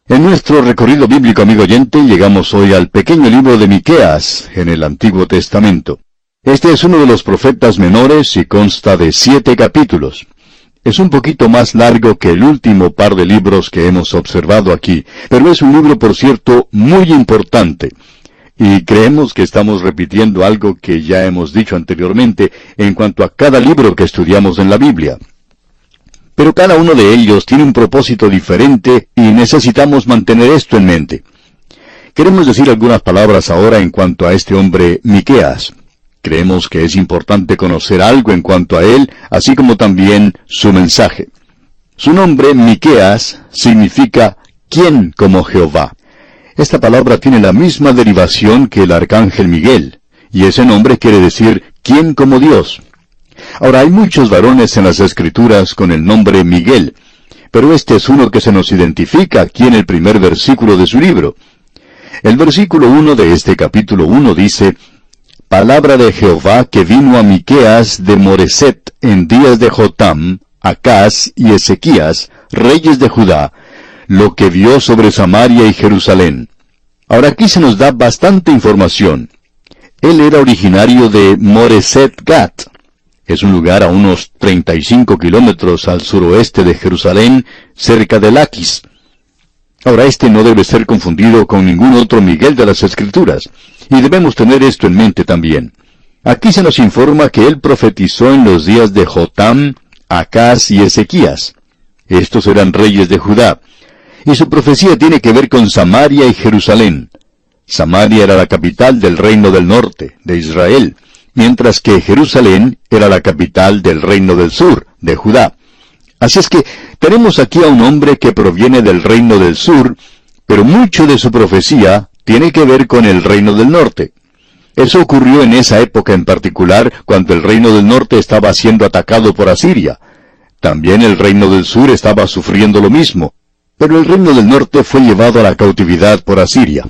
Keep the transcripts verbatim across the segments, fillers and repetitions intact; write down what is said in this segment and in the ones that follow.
En nuestro recorrido bíblico, amigo oyente, llegamos hoy al pequeño libro de Miqueas, en el Antiguo Testamento. Este es uno de los profetas menores y consta de siete capítulos. Es un poquito más largo que el último par de libros que hemos observado aquí, pero es un libro, por cierto, muy importante. Y creemos que estamos repitiendo algo que ya hemos dicho anteriormente en cuanto a cada libro que estudiamos en la Biblia. Pero cada uno de ellos tiene un propósito diferente y necesitamos mantener esto en mente. Queremos decir algunas palabras ahora en cuanto a este hombre Miqueas. Creemos que es importante conocer algo en cuanto a él, así como también su mensaje. Su nombre, Miqueas, significa ¿quién como Jehová? Esta palabra tiene la misma derivación que el arcángel Miguel, y ese nombre quiere decir ¿quién como Dios? Ahora, hay muchos varones en las Escrituras con el nombre Miguel, pero este es uno que se nos identifica aquí en el primer versículo de su libro. El versículo uno de este capítulo uno dice: Palabra de Jehová que vino a Miqueas de Moreset en días de Jotam, Acaz y Ezequías, reyes de Judá, lo que vio sobre Samaria y Jerusalén. Ahora aquí se nos da bastante información. Él era originario de Moreset Gat. Es un lugar a unos treinta y cinco kilómetros al suroeste de Jerusalén, cerca de Laquis. Ahora este no debe ser confundido con ningún otro Miguel de las Escrituras, y debemos tener esto en mente también. Aquí se nos informa que él profetizó en los días de Jotam, Acaz y Ezequías. Estos eran reyes de Judá, y su profecía tiene que ver con Samaria y Jerusalén. Samaria era la capital del reino del norte, de Israel, mientras que Jerusalén era la capital del reino del sur, de Judá. Así es que tenemos aquí a un hombre que proviene del reino del sur, pero mucho de su profecía tiene que ver con el reino del norte. Eso ocurrió en esa época en particular, cuando el reino del norte estaba siendo atacado por Asiria. También el reino del sur estaba sufriendo lo mismo, pero el reino del norte fue llevado a la cautividad por Asiria.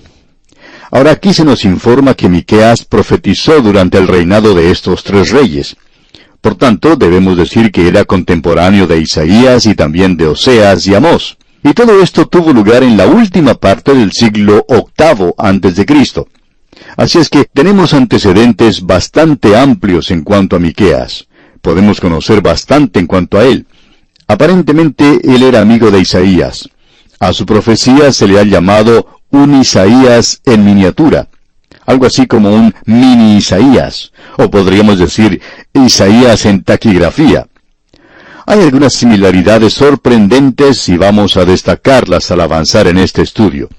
Ahora aquí se nos informa que Miqueas profetizó durante el reinado de estos tres reyes. Por tanto, debemos decir que era contemporáneo de Isaías y también de Oseas y Amós. Y todo esto tuvo lugar en la última parte del siglo octavo antes de Cristo. Así es que tenemos antecedentes bastante amplios en cuanto a Miqueas. Podemos conocer bastante en cuanto a él. Aparentemente, él era amigo de Isaías. A su profecía se le ha llamado un Isaías en miniatura, algo así como un mini Isaías, o podríamos decir Isaías en taquigrafía. Hay algunas similaridades sorprendentes y vamos a destacarlas al avanzar en este estudio.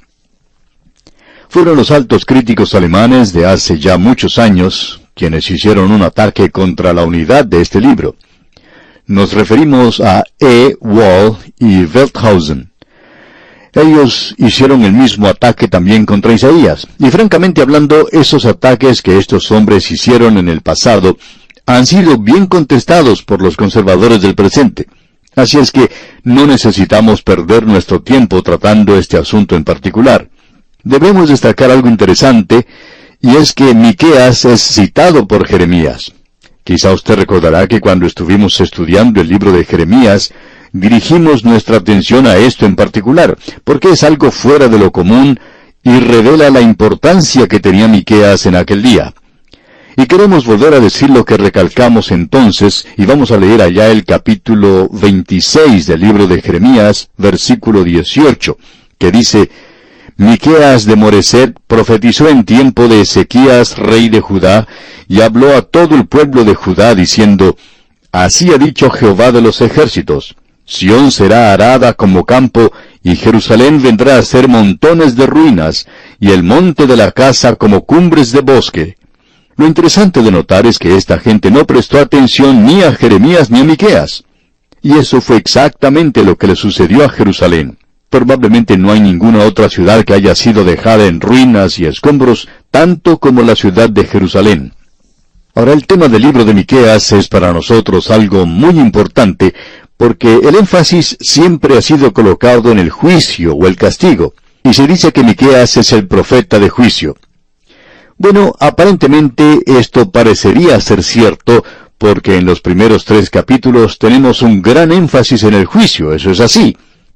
Fueron los altos críticos alemanes de hace ya muchos años quienes hicieron un ataque contra la unidad de este libro. Nos referimos a E. Wall y Welthausen. Ellos hicieron el mismo ataque también contra Isaías, y francamente hablando, esos ataques que estos hombres hicieron en el pasado han sido bien contestados por los conservadores del presente. Así es que no necesitamos perder nuestro tiempo tratando este asunto en particular. Debemos destacar algo interesante, y es que Miqueas es citado por Jeremías. Quizá usted recordará que cuando estuvimos estudiando el libro de Jeremías, dirigimos nuestra atención a esto en particular, porque es algo fuera de lo común y revela la importancia que tenía Miqueas en aquel día. Y queremos volver a decir lo que recalcamos entonces, y vamos a leer allá el capítulo veintiséis del libro de Jeremías, versículo dieciocho, que dice: Miqueas de Moreset profetizó en tiempo de Ezequías, rey de Judá, y habló a todo el pueblo de Judá, diciendo: Así ha dicho Jehová de los ejércitos: Sión será arada como campo, y Jerusalén vendrá a ser montones de ruinas, y el monte de la casa como cumbres de bosque. Lo interesante de notar es que esta gente no prestó atención ni a Jeremías ni a Miqueas. Y eso fue exactamente lo que le sucedió a Jerusalén. Probablemente no hay ninguna otra ciudad que haya sido dejada en ruinas y escombros, tanto como la ciudad de Jerusalén. Ahora, el tema del libro de Miqueas es para nosotros algo muy importante, porque el énfasis siempre ha sido colocado en el juicio o el castigo, y se dice que Miqueas es el profeta de juicio. Bueno, aparentemente esto parecería ser cierto, porque en los primeros tres capítulos tenemos un gran énfasis en el juicio, eso es así.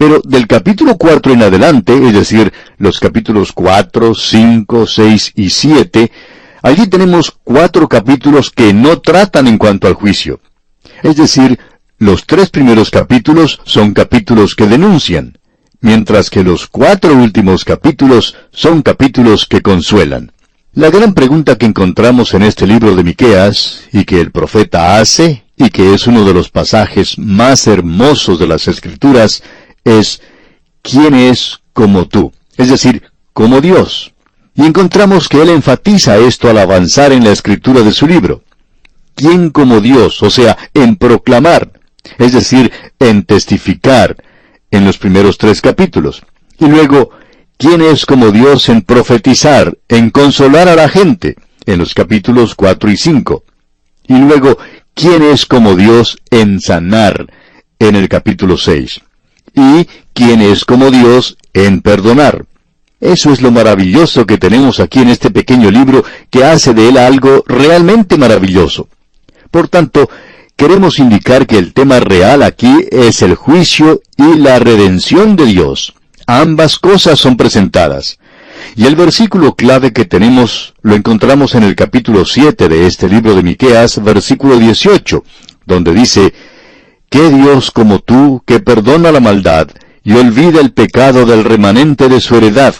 Pero del capítulo cuatro en adelante, es decir, los capítulos cuatro, cinco, seis y siete, allí tenemos cuatro capítulos que no tratan en cuanto al juicio. Es decir, los tres primeros capítulos son capítulos que denuncian, mientras que los cuatro últimos capítulos son capítulos que consuelan. La gran pregunta que encontramos en este libro de Miqueas, y que el profeta hace, y que es uno de los pasajes más hermosos de las Escrituras, es, ¿quién es como tú? Es decir, como Dios. Y encontramos que él enfatiza esto al avanzar en la escritura de su libro. ¿Quién como Dios? O sea, en proclamar, es decir, en testificar, en los primeros tres capítulos. Y luego, ¿quién es como Dios en profetizar, en consolar a la gente? En los capítulos cuatro y cinco. Y luego, ¿quién es como Dios en sanar? En el capítulo seis. Y ¿quién es como Dios en perdonar? Eso es lo maravilloso que tenemos aquí en este pequeño libro que hace de él algo realmente maravilloso. Por tanto, queremos indicar que el tema real aquí es el juicio y la redención de Dios. Ambas cosas son presentadas. Y el versículo clave que tenemos lo encontramos en el capítulo siete de este libro de Miqueas, versículo dieciocho, donde dice: ¿Qué Dios como tú, que perdona la maldad y olvida el pecado del remanente de su heredad?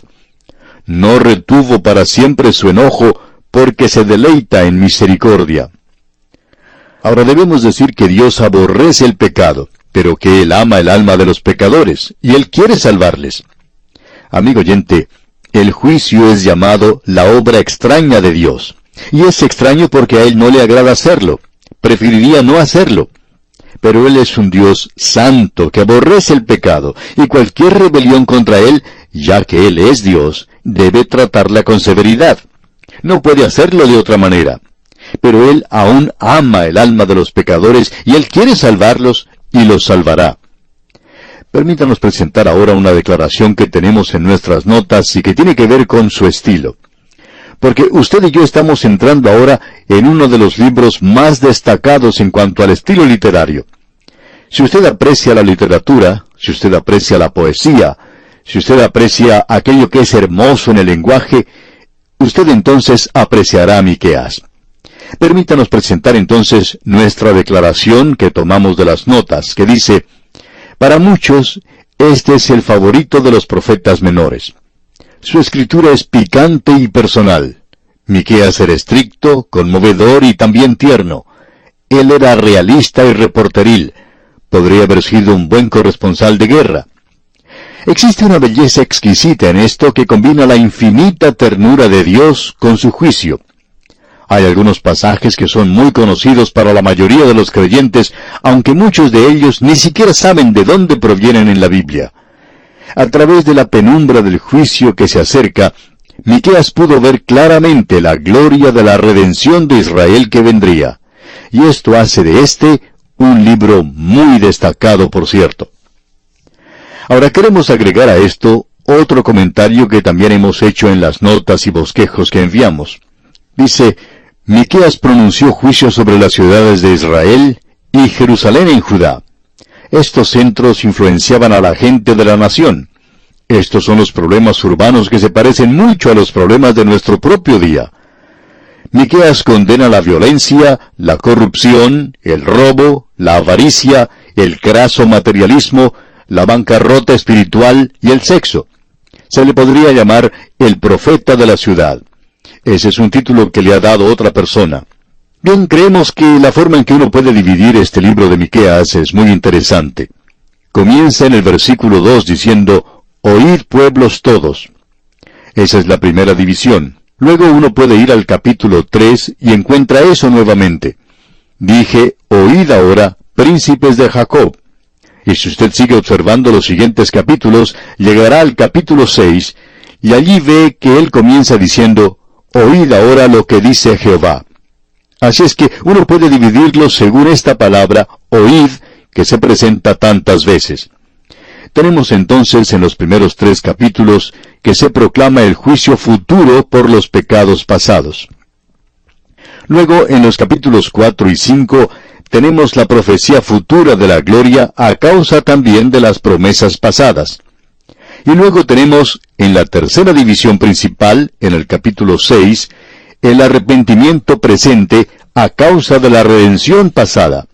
No retuvo para siempre su enojo, porque se deleita en misericordia. Ahora debemos decir que Dios aborrece el pecado, pero que Él ama el alma de los pecadores, y Él quiere salvarles. Amigo oyente, el juicio es llamado la obra extraña de Dios. Y es extraño porque a Él no le agrada hacerlo. Preferiría no hacerlo. Pero Él es un Dios santo que aborrece el pecado, y cualquier rebelión contra Él, ya que Él es Dios, debe tratarla con severidad. No puede hacerlo de otra manera. Pero Él aún ama el alma de los pecadores, y Él quiere salvarlos, y los salvará. Permítanos presentar ahora una declaración que tenemos en nuestras notas y que tiene que ver con su estilo. Porque usted y yo estamos entrando ahora en uno de los libros más destacados en cuanto al estilo literario. Si usted aprecia la literatura, si usted aprecia la poesía, si usted aprecia aquello que es hermoso en el lenguaje, usted entonces apreciará a Miqueas. Permítanos presentar entonces nuestra declaración que tomamos de las notas, que dice: para muchos, este es el favorito de los profetas menores. Su escritura es picante y personal. Miqueas era estricto, conmovedor y también tierno. Él era realista y reporteril. Podría haber sido un buen corresponsal de guerra. Existe una belleza exquisita en esto que combina la infinita ternura de Dios con su juicio. Hay algunos pasajes que son muy conocidos para la mayoría de los creyentes, aunque muchos de ellos ni siquiera saben de dónde provienen en la Biblia. A través de la penumbra del juicio que se acerca, Miqueas pudo ver claramente la gloria de la redención de Israel que vendría. Y esto hace de este un libro muy destacado, por cierto. Ahora queremos agregar a esto otro comentario que también hemos hecho en las notas y bosquejos que enviamos. Dice: Miqueas pronunció juicio sobre las ciudades de Israel y Jerusalén en Judá. Estos centros influenciaban a la gente de la nación. Estos son los problemas urbanos que se parecen mucho a los problemas de nuestro propio día. Miqueas condena la violencia, la corrupción, el robo, la avaricia, el craso materialismo, la bancarrota espiritual y el sexo. Se le podría llamar el profeta de la ciudad. Ese es un título que le ha dado otra persona. Bien, creemos que la forma en que uno puede dividir este libro de Miqueas es muy interesante. Comienza en el versículo dos diciendo: Oíd pueblos todos. Esa es la primera división. Luego uno puede ir al capítulo tres y encuentra eso nuevamente. Dije: Oíd ahora, príncipes de Jacob. Y si usted sigue observando los siguientes capítulos, llegará al capítulo seis, y allí ve que él comienza diciendo: Oíd ahora lo que dice Jehová. Así es que uno puede dividirlo según esta palabra, oíd, que se presenta tantas veces. Tenemos entonces en los primeros tres capítulos que se proclama el juicio futuro por los pecados pasados. Luego, en los capítulos cuatro y cinco, tenemos la profecía futura de la gloria a causa también de las promesas pasadas. Y luego tenemos, en la tercera división principal, en el capítulo seis, el arrepentimiento presente a causa de la redención pasada.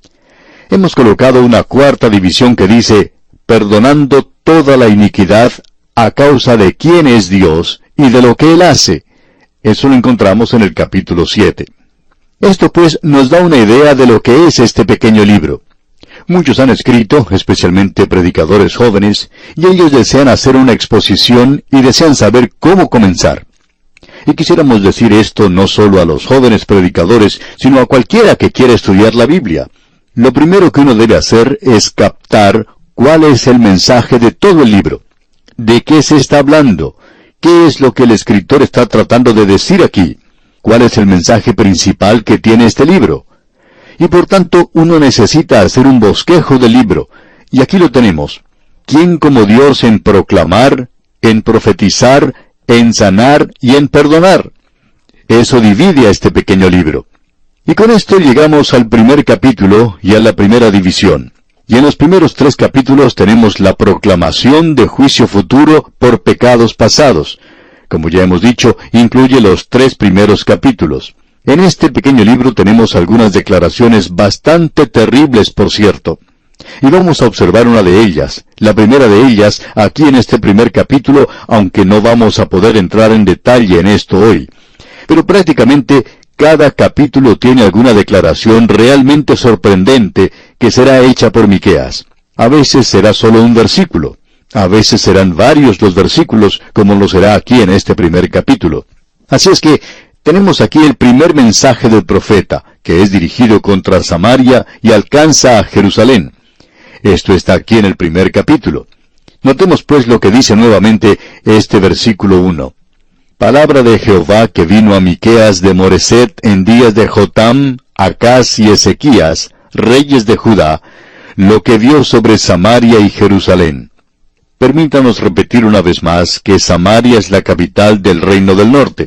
Hemos colocado una cuarta división que dice, perdonando toda la iniquidad a causa de quién es Dios y de lo que Él hace. Eso lo encontramos en el capítulo siete. Esto pues nos da una idea de lo que es este pequeño libro. Muchos han escrito, especialmente predicadores jóvenes, y ellos desean hacer una exposición y desean saber cómo comenzar. Y quisiéramos decir esto no solo a los jóvenes predicadores, sino a cualquiera que quiera estudiar la Biblia. Lo primero que uno debe hacer es captar cuál es el mensaje de todo el libro. ¿De qué se está hablando? ¿Qué es lo que el escritor está tratando de decir aquí? ¿Cuál es el mensaje principal que tiene este libro? Y por tanto, uno necesita hacer un bosquejo del libro. Y aquí lo tenemos. ¿Quién como Dios en proclamar, en profetizar, en sanar y en perdonar? Eso divide a este pequeño libro. Y con esto llegamos al primer capítulo y a la primera división. Y en los primeros tres capítulos tenemos la proclamación de juicio futuro por pecados pasados. Como ya hemos dicho, incluye los tres primeros capítulos. En este pequeño libro tenemos algunas declaraciones bastante terribles, por cierto. Y vamos a observar una de ellas, la primera de ellas, aquí en este primer capítulo, aunque no vamos a poder entrar en detalle en esto hoy. Pero prácticamente cada capítulo tiene alguna declaración realmente sorprendente que será hecha por Miqueas. A veces será solo un versículo, a veces serán varios los versículos, como lo será aquí en este primer capítulo. Así es que tenemos aquí el primer mensaje del profeta, que es dirigido contra Samaria y alcanza a Jerusalén. Esto está aquí en el primer capítulo. Notemos pues lo que dice nuevamente este versículo uno. Palabra de Jehová que vino a Miqueas de Moreset en días de Jotam, Acaz y Ezequías, reyes de Judá, lo que vio sobre Samaria y Jerusalén. Permítanos repetir una vez más que Samaria es la capital del reino del norte.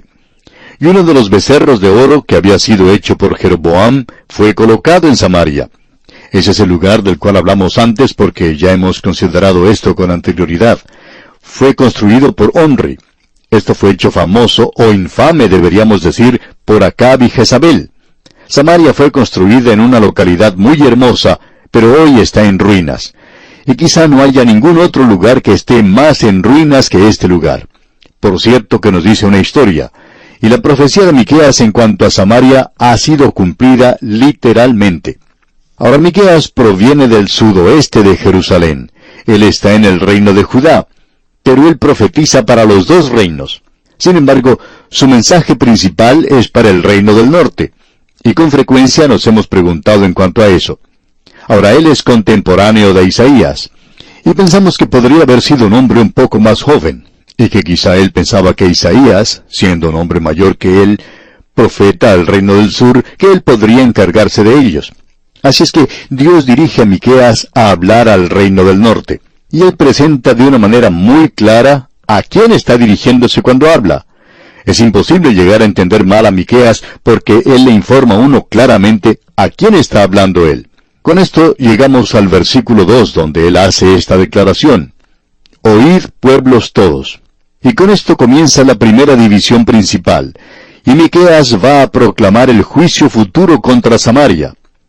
Y uno de los becerros de oro que había sido hecho por Jeroboam fue colocado en Samaria. Ese es el lugar del cual hablamos antes porque ya hemos considerado esto con anterioridad. Fue construido por Omri. Esto fue hecho famoso o infame, deberíamos decir, por Acab y Jezabel. Samaria fue construida en una localidad muy hermosa, pero hoy está en ruinas. Y quizá no haya ningún otro lugar que esté más en ruinas que este lugar. Por cierto que nos dice una historia. Y la profecía de Miqueas en cuanto a Samaria ha sido cumplida literalmente. Ahora Miqueas proviene del sudoeste de Jerusalén. Él está en el reino de Judá, pero él profetiza para los dos reinos. Sin embargo, su mensaje principal es para el reino del norte. Y con frecuencia nos hemos preguntado en cuanto a eso. Ahora él es contemporáneo de Isaías. Y pensamos que podría haber sido un hombre un poco más joven. Y que quizá él pensaba que Isaías, siendo un hombre mayor que él, profeta al reino del sur, que él podría encargarse de ellos. Así es que Dios dirige a Miqueas a hablar al reino del norte. Y él presenta de una manera muy clara a quién está dirigiéndose cuando habla. Es imposible llegar a entender mal a Miqueas porque él le informa a uno claramente a quién está hablando él. Con esto llegamos al versículo dos, donde él hace esta declaración. Oíd, pueblos todos. Y con esto comienza la primera división principal. Y Miqueas va a proclamar el juicio futuro contra Samaria.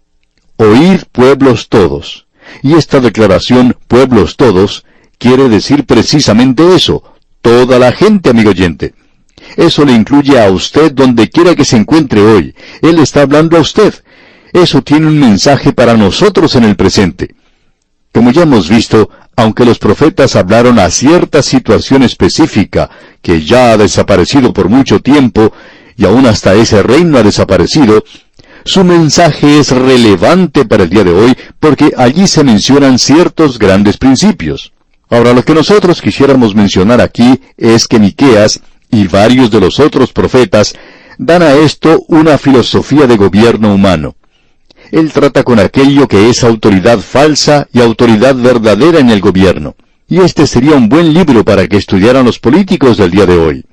Oíd, pueblos todos. Y esta declaración, pueblos todos, quiere decir precisamente eso. Toda la gente, amigo oyente. Eso le incluye a usted donde quiera que se encuentre hoy. Él está hablando a usted. Eso tiene un mensaje para nosotros en el presente. Como ya hemos visto, aunque los profetas hablaron a cierta situación específica que ya ha desaparecido por mucho tiempo, y aún hasta ese reino ha desaparecido, su mensaje es relevante para el día de hoy porque allí se mencionan ciertos grandes principios. Ahora, lo que nosotros quisiéramos mencionar aquí es que Miqueas y varios de los otros profetas dan a esto una filosofía de gobierno humano. Él trata con aquello que es autoridad falsa y autoridad verdadera en el gobierno. Y este sería un buen libro para que estudiaran los políticos del día de hoy.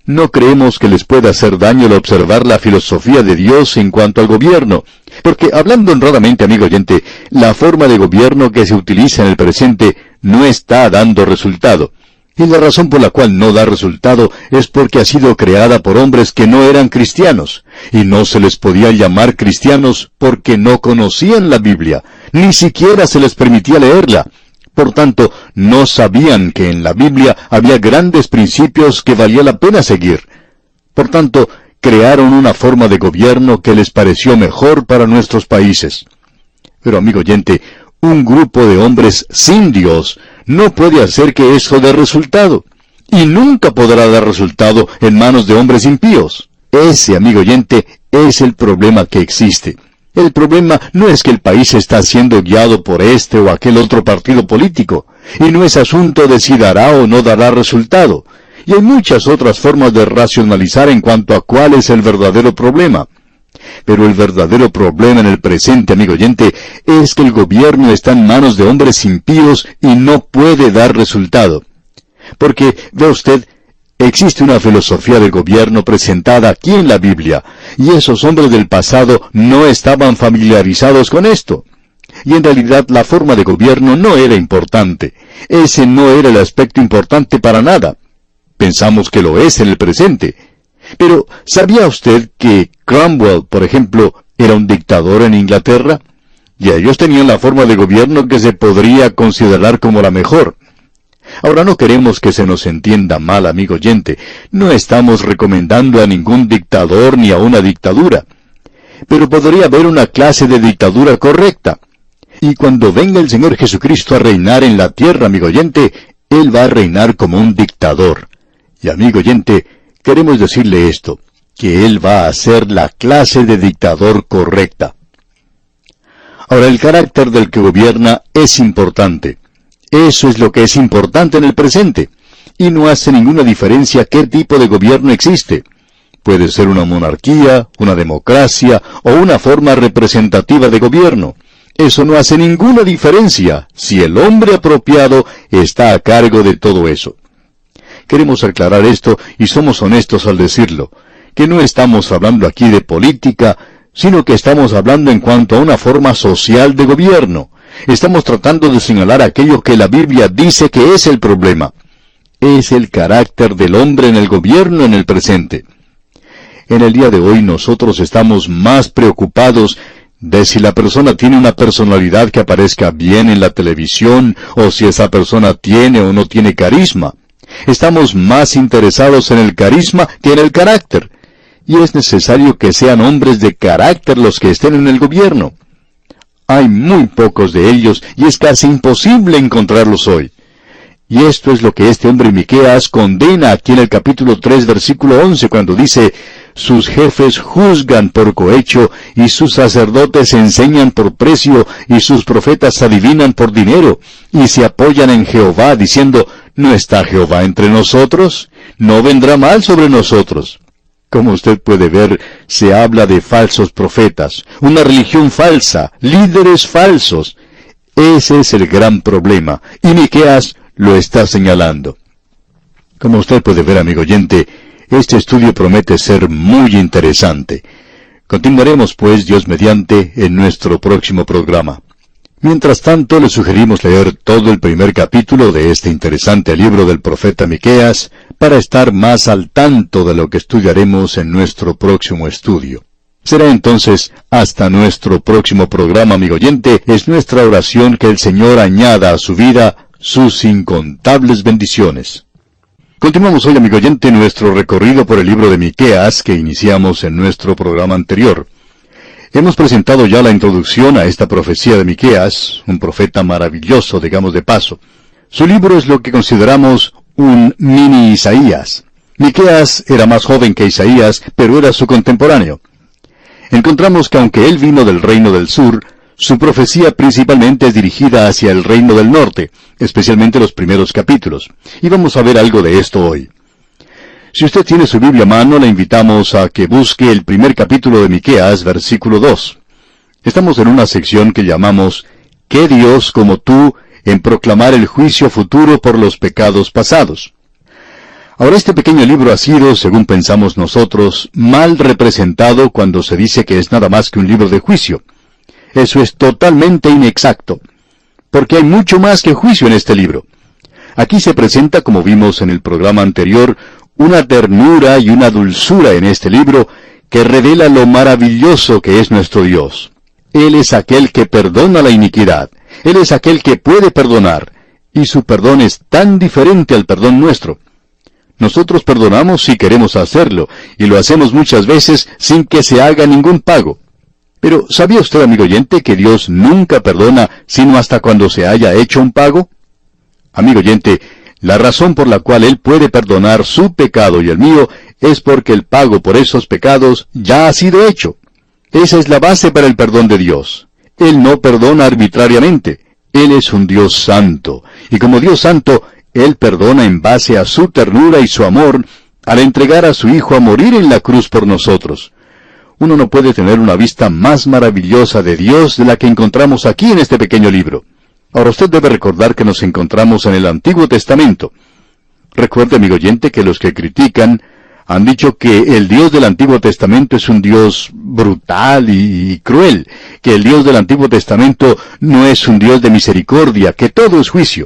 No creemos que les pueda hacer daño el observar la filosofía de Dios en cuanto al gobierno, porque hablando honradamente, amigo oyente, la forma de gobierno que se utiliza en el presente no está dando resultado. Y la razón por la cual no da resultado es porque ha sido creada por hombres que no eran cristianos, y no se les podía llamar cristianos porque no conocían la Biblia, ni siquiera se les permitía leerla. Por tanto, no sabían que en la Biblia había grandes principios que valía la pena seguir. Por tanto, crearon una forma de gobierno que les pareció mejor para nuestros países. Pero, amigo oyente, un grupo de hombres sin Dios no puede hacer que eso dé resultado, y nunca podrá dar resultado en manos de hombres impíos. Ese, amigo oyente, es el problema que existe. El problema no es que el país está siendo guiado por este o aquel otro partido político, y no es asunto de si dará o no dará resultado. Y hay muchas otras formas de racionalizar en cuanto a cuál es el verdadero problema. Pero el verdadero problema en el presente, amigo oyente, es que el gobierno está en manos de hombres impíos y no puede dar resultado. Porque, ve usted, existe una filosofía de gobierno presentada aquí en la Biblia, y esos hombres del pasado no estaban familiarizados con esto. Y en realidad la forma de gobierno no era importante. Ese no era el aspecto importante para nada. Pensamos que lo es en el presente. Pero, ¿sabía usted que Cromwell, por ejemplo, era un dictador en Inglaterra? Y ellos tenían la forma de gobierno que se podría considerar como la mejor. Ahora, no queremos que se nos entienda mal, amigo oyente. No estamos recomendando a ningún dictador ni a una dictadura. Pero podría haber una clase de dictadura correcta. Y cuando venga el Señor Jesucristo a reinar en la tierra, amigo oyente, Él va a reinar como un dictador. Y, amigo oyente, queremos decirle esto, que Él va a ser la clase de dictador correcta. Ahora, el carácter del que gobierna es importante. Eso es lo que es importante en el presente. Y no hace ninguna diferencia qué tipo de gobierno existe. Puede ser una monarquía, una democracia o una forma representativa de gobierno. Eso no hace ninguna diferencia si el hombre apropiado está a cargo de todo eso. Queremos aclarar esto y somos honestos al decirlo, que no estamos hablando aquí de política, sino que estamos hablando en cuanto a una forma social de gobierno. Estamos tratando de señalar aquello que la Biblia dice que es el problema. Es el carácter del hombre en el gobierno en el presente. En el día de hoy nosotros estamos más preocupados de si la persona tiene una personalidad que aparezca bien en la televisión, o si esa persona tiene o no tiene carisma. Estamos más interesados en el carisma que en el carácter. Y es necesario que sean hombres de carácter los que estén en el gobierno. Hay muy pocos de ellos y es casi imposible encontrarlos hoy. Y esto es lo que este hombre Miqueas condena aquí en el capítulo tres, versículo once, cuando dice: sus jefes juzgan por cohecho, y sus sacerdotes enseñan por precio, y sus profetas adivinan por dinero, y se apoyan en Jehová, diciendo: ¿no está Jehová entre nosotros? ¿No vendrá mal sobre nosotros? Como usted puede ver, se habla de falsos profetas, una religión falsa, líderes falsos. Ese es el gran problema, y Miqueas lo está señalando. Como usted puede ver, amigo oyente, este estudio promete ser muy interesante. Continuaremos, pues, Dios mediante, en nuestro próximo programa. Mientras tanto, le sugerimos leer todo el primer capítulo de este interesante libro del profeta Miqueas para estar más al tanto de lo que estudiaremos en nuestro próximo estudio. Será entonces hasta nuestro próximo programa, amigo oyente. Es nuestra oración que el Señor añada a su vida sus incontables bendiciones. Continuamos hoy, amigo oyente, nuestro recorrido por el libro de Miqueas que iniciamos en nuestro programa anterior. Hemos presentado ya la introducción a esta profecía de Miqueas, un profeta maravilloso, digamos de paso. Su libro es lo que consideramos un mini Isaías. Miqueas era más joven que Isaías, pero era su contemporáneo. Encontramos que aunque él vino del reino del sur, su profecía principalmente es dirigida hacia el reino del norte, especialmente los primeros capítulos. Y vamos a ver algo de esto hoy. Si usted tiene su Biblia a mano, le invitamos a que busque el primer capítulo de Miqueas, versículo dos. Estamos en una sección que llamamos ¿Qué Dios como tú en proclamar el juicio futuro por los pecados pasados? Ahora, este pequeño libro ha sido, según pensamos nosotros, mal representado cuando se dice que es nada más que un libro de juicio. Eso es totalmente inexacto, porque hay mucho más que juicio en este libro. Aquí se presenta, como vimos en el programa anterior, una ternura y una dulzura en este libro que revela lo maravilloso que es nuestro Dios. Él es aquel que perdona la iniquidad. Él es aquel que puede perdonar, y su perdón es tan diferente al perdón nuestro. Nosotros perdonamos si queremos hacerlo, y lo hacemos muchas veces sin que se haga ningún pago. Pero, ¿sabía usted, amigo oyente, que Dios nunca perdona sino hasta cuando se haya hecho un pago? Amigo oyente, la razón por la cual Él puede perdonar su pecado y el mío es porque el pago por esos pecados ya ha sido hecho. Esa es la base para el perdón de Dios. Él no perdona arbitrariamente. Él es un Dios santo, y como Dios santo, Él perdona en base a su ternura y su amor al entregar a su Hijo a morir en la cruz por nosotros. Uno no puede tener una vista más maravillosa de Dios de la que encontramos aquí en este pequeño libro. Ahora usted debe recordar que nos encontramos en el Antiguo Testamento. Recuerde, amigo oyente, que los que critican han dicho que el Dios del Antiguo Testamento es un Dios brutal y, y cruel, que el Dios del Antiguo Testamento no es un Dios de misericordia, que todo es juicio.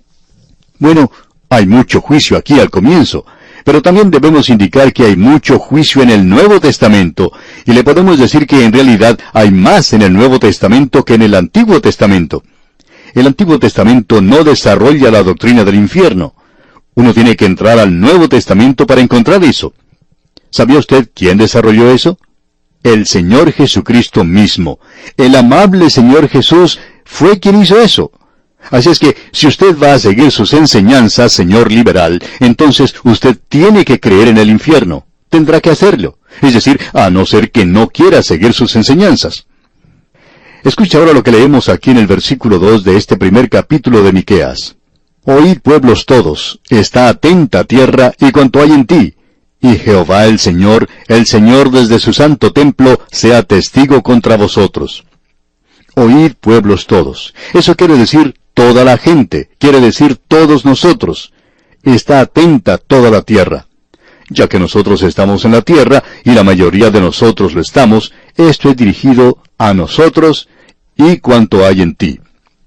Bueno, hay mucho juicio aquí al comienzo, pero también debemos indicar que hay mucho juicio en el Nuevo Testamento, y le podemos decir que en realidad hay más en el Nuevo Testamento que en el Antiguo Testamento. El Antiguo Testamento no desarrolla la doctrina del infierno. Uno tiene que entrar al Nuevo Testamento para encontrar eso. ¿Sabía usted quién desarrolló eso? El Señor Jesucristo mismo. El amable Señor Jesús fue quien hizo eso. Así es que, si usted va a seguir sus enseñanzas, señor liberal, entonces usted tiene que creer en el infierno. Tendrá que hacerlo. Es decir, a no ser que no quiera seguir sus enseñanzas. Escucha ahora lo que leemos aquí en el versículo dos de este primer capítulo de Miqueas. Oíd, pueblos todos, está atenta tierra y cuanto hay en ti. Y Jehová el Señor, el Señor desde su santo templo, sea testigo contra vosotros. Oíd, pueblos todos. Eso quiere decir toda la gente, quiere decir todos nosotros. Está atenta toda la tierra. Ya que nosotros estamos en la tierra, y la mayoría de nosotros lo estamos, esto es dirigido a nosotros y cuanto hay en ti.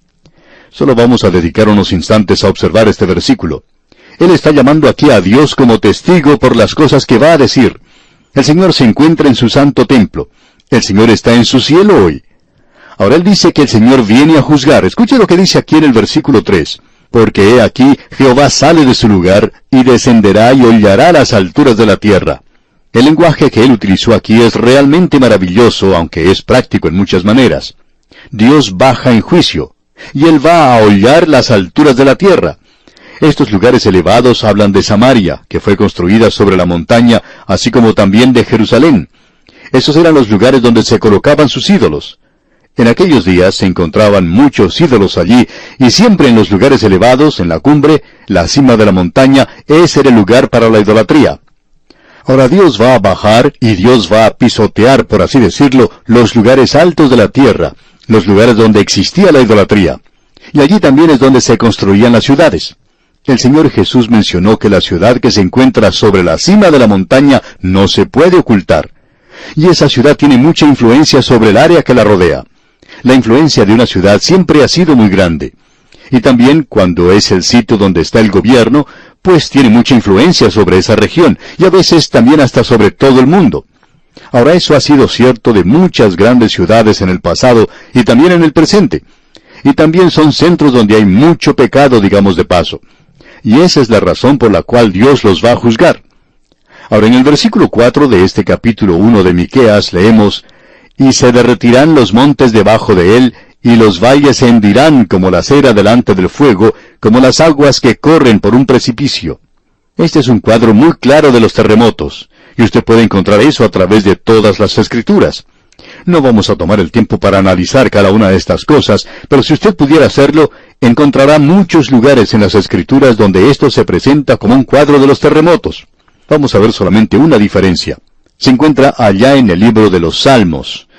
Solo vamos a dedicar unos instantes a observar este versículo. Él está llamando aquí a Dios como testigo por las cosas que va a decir. El Señor se encuentra en su santo templo. El Señor está en su cielo hoy. Ahora Él dice que el Señor viene a juzgar. Escuche lo que dice aquí en el versículo tres. Porque he aquí, Jehová sale de su lugar, y descenderá y hollará las alturas de la tierra. El lenguaje que Él utilizó aquí es realmente maravilloso, aunque es práctico en muchas maneras. Dios baja en juicio, y Él va a hollar las alturas de la tierra. Estos lugares elevados hablan de Samaria, que fue construida sobre la montaña, así como también de Jerusalén. Esos eran los lugares donde se colocaban sus ídolos. En aquellos días se encontraban muchos ídolos allí, y siempre en los lugares elevados, en la cumbre, la cima de la montaña, ese era el lugar para la idolatría. Ahora Dios va a bajar, y Dios va a pisotear, por así decirlo, los lugares altos de la tierra, los lugares donde existía la idolatría. Y allí también es donde se construían las ciudades. El Señor Jesús mencionó que la ciudad que se encuentra sobre la cima de la montaña no se puede ocultar. Y esa ciudad tiene mucha influencia sobre el área que la rodea. La influencia de una ciudad siempre ha sido muy grande. Y también cuando es el sitio donde está el gobierno, pues tiene mucha influencia sobre esa región, y a veces también hasta sobre todo el mundo. Ahora eso ha sido cierto de muchas grandes ciudades en el pasado y también en el presente. Y también son centros donde hay mucho pecado, digamos de paso. Y esa es la razón por la cual Dios los va a juzgar. Ahora en el versículo cuatro de este capítulo uno de Miqueas leemos: Y se derretirán los montes debajo de él, y los valles se hendirán como la cera delante del fuego, como las aguas que corren por un precipicio. Este es un cuadro muy claro de los terremotos, y usted puede encontrar eso a través de todas las Escrituras. No vamos a tomar el tiempo para analizar cada una de estas cosas, pero si usted pudiera hacerlo, encontrará muchos lugares en las Escrituras donde esto se presenta como un cuadro de los terremotos. Vamos a ver solamente una diferencia. Se encuentra allá en el libro de los Salmos.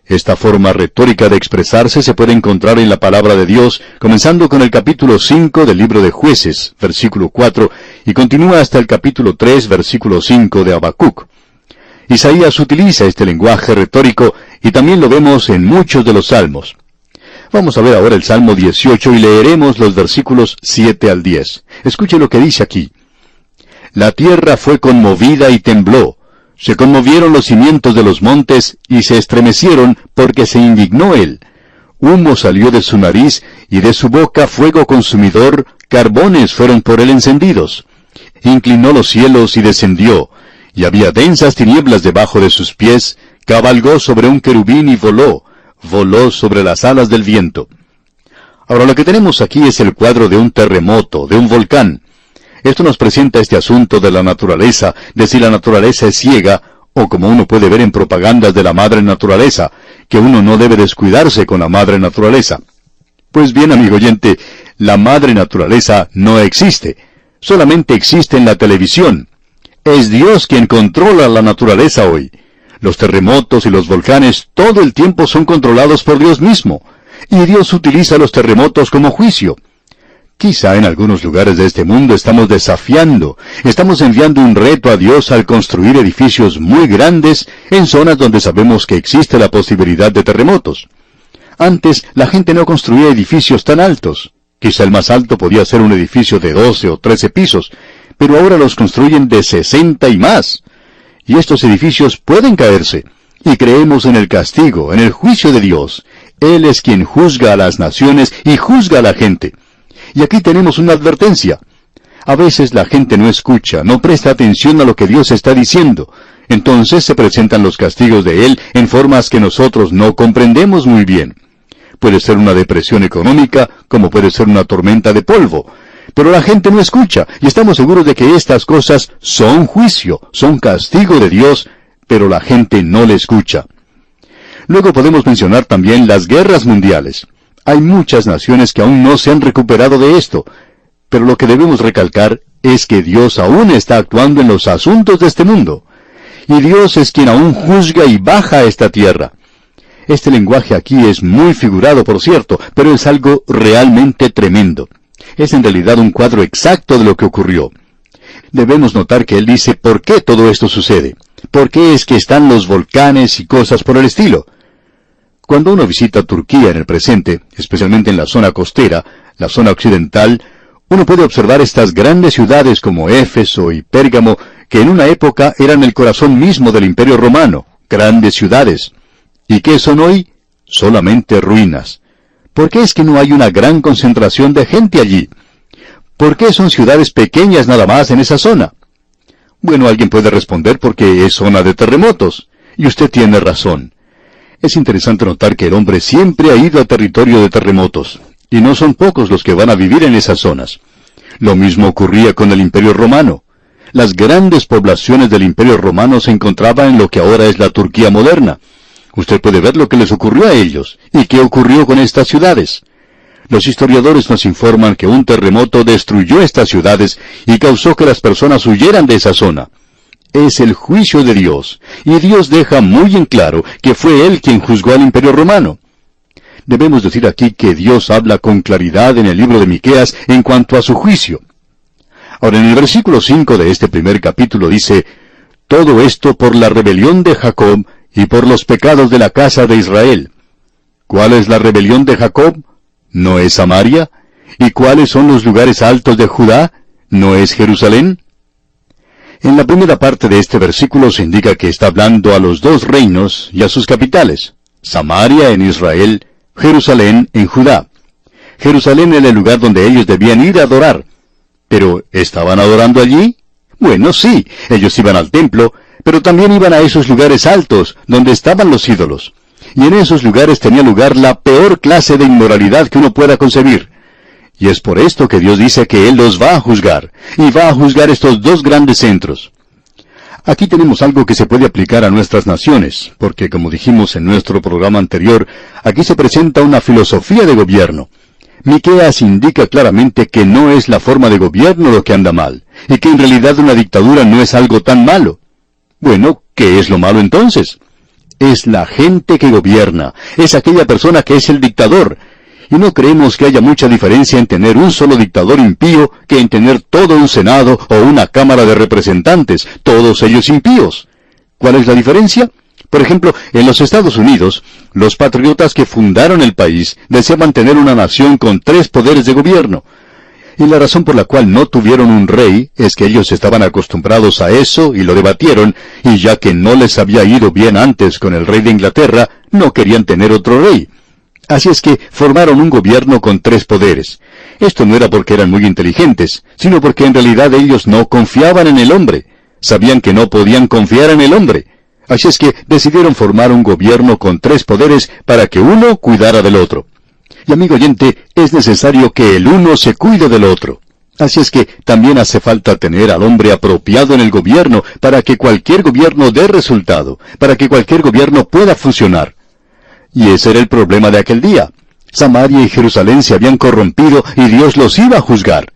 Esta forma retórica de expresarse se puede encontrar en la palabra de Dios, comenzando con el capítulo cinco del libro de Jueces, versículo cuatro, y continúa hasta el capítulo tres, versículo cinco de Habacuc. Isaías utiliza este lenguaje retórico y también lo vemos en muchos de los salmos. Vamos a ver ahora el Salmo dieciocho y leeremos los versículos siete al diez. Escuche lo que dice aquí. La tierra fue conmovida y tembló. Se conmovieron los cimientos de los montes y se estremecieron porque se indignó él. Humo salió de su nariz y de su boca fuego consumidor, carbones fueron por él encendidos. Inclinó los cielos y descendió, y había densas tinieblas debajo de sus pies, cabalgó sobre un querubín y voló, voló sobre las alas del viento. Ahora lo que tenemos aquí es el cuadro de un terremoto, de un volcán. Esto nos presenta este asunto de la naturaleza, de si la naturaleza es ciega, o como uno puede ver en propagandas de la madre naturaleza, que uno no debe descuidarse con la madre naturaleza. Pues bien, amigo oyente, la madre naturaleza no existe, solamente existe en la televisión. Es Dios quien controla la naturaleza hoy. Los terremotos y los volcanes todo el tiempo son controlados por Dios mismo, y Dios utiliza los terremotos como juicio. Quizá en algunos lugares de este mundo estamos desafiando, estamos enviando un reto a Dios al construir edificios muy grandes en zonas donde sabemos que existe la posibilidad de terremotos. Antes la gente no construía edificios tan altos. Quizá el más alto podía ser un edificio de doce o trece pisos, pero ahora los construyen de sesenta y más. Y estos edificios pueden caerse. Y creemos en el castigo, en el juicio de Dios. Él es quien juzga a las naciones y juzga a la gente. Y aquí tenemos una advertencia. A veces la gente no escucha, no presta atención a lo que Dios está diciendo. Entonces se presentan los castigos de Él en formas que nosotros no comprendemos muy bien. Puede ser una depresión económica, como puede ser una tormenta de polvo. Pero la gente no escucha, y estamos seguros de que estas cosas son juicio, son castigo de Dios, pero la gente no le escucha. Luego podemos mencionar también las guerras mundiales. Hay muchas naciones que aún no se han recuperado de esto, pero lo que debemos recalcar es que Dios aún está actuando en los asuntos de este mundo. Y Dios es quien aún juzga y baja esta tierra. Este lenguaje aquí es muy figurado, por cierto, pero es algo realmente tremendo. Es en realidad un cuadro exacto de lo que ocurrió. Debemos notar que él dice por qué todo esto sucede. ¿Por qué es que están los volcanes y cosas por el estilo? Cuando uno visita Turquía en el presente, especialmente en la zona costera, la zona occidental, uno puede observar estas grandes ciudades como Éfeso y Pérgamo, que en una época eran el corazón mismo del Imperio Romano, grandes ciudades. ¿Y qué son hoy? Solamente ruinas. ¿Por qué es que no hay una gran concentración de gente allí? ¿Por qué son ciudades pequeñas nada más en esa zona? Bueno, alguien puede responder porque es zona de terremotos, y usted tiene razón. Es interesante notar que el hombre siempre ha ido a territorio de terremotos, y no son pocos los que van a vivir en esas zonas. Lo mismo ocurría con el Imperio Romano. Las grandes poblaciones del Imperio Romano se encontraban en lo que ahora es la Turquía moderna. Usted puede ver lo que les ocurrió a ellos, y qué ocurrió con estas ciudades. Los historiadores nos informan que un terremoto destruyó estas ciudades y causó que las personas huyeran de esa zona. Es el juicio de Dios, y Dios deja muy en claro que fue Él quien juzgó al Imperio Romano. Debemos decir aquí que Dios habla con claridad en el libro de Miqueas en cuanto a su juicio. Ahora, en el versículo cinco de este primer capítulo dice, «Todo esto por la rebelión de Jacob y por los pecados de la casa de Israel». ¿Cuál es la rebelión de Jacob? ¿No es Samaria? ¿Y cuáles son los lugares altos de Judá? ¿No es Jerusalén? En la primera parte de este versículo se indica que está hablando a los dos reinos y a sus capitales, Samaria en Israel, Jerusalén en Judá. Jerusalén era el lugar donde ellos debían ir a adorar. ¿Pero estaban adorando allí? Bueno, sí, ellos iban al templo, pero también iban a esos lugares altos, donde estaban los ídolos. Y en esos lugares tenía lugar la peor clase de inmoralidad que uno pueda concebir. Y es por esto que Dios dice que Él los va a juzgar, y va a juzgar estos dos grandes centros. Aquí tenemos algo que se puede aplicar a nuestras naciones, porque como dijimos en nuestro programa anterior, aquí se presenta una filosofía de gobierno. Miqueas indica claramente que no es la forma de gobierno lo que anda mal, y que en realidad una dictadura no es algo tan malo. Bueno, ¿qué es lo malo entonces? Es la gente que gobierna, es aquella persona que es el dictador. Y no creemos que haya mucha diferencia en tener un solo dictador impío que en tener todo un Senado o una Cámara de Representantes, todos ellos impíos. ¿Cuál es la diferencia? Por ejemplo, en los Estados Unidos, los patriotas que fundaron el país deseaban tener una nación con tres poderes de gobierno. Y la razón por la cual no tuvieron un rey es que ellos estaban acostumbrados a eso y lo debatieron, y ya que no les había ido bien antes con el rey de Inglaterra, no querían tener otro rey. Así es que formaron un gobierno con tres poderes. Esto no era porque eran muy inteligentes, sino porque en realidad ellos no confiaban en el hombre. Sabían que no podían confiar en el hombre. Así es que decidieron formar un gobierno con tres poderes para que uno cuidara del otro. Y amigo oyente, es necesario que el uno se cuide del otro. Así es que también hace falta tener al hombre apropiado en el gobierno para que cualquier gobierno dé resultado, para que cualquier gobierno pueda funcionar. Y ese era el problema de aquel día. Samaria y Jerusalén se habían corrompido y Dios los iba a juzgar.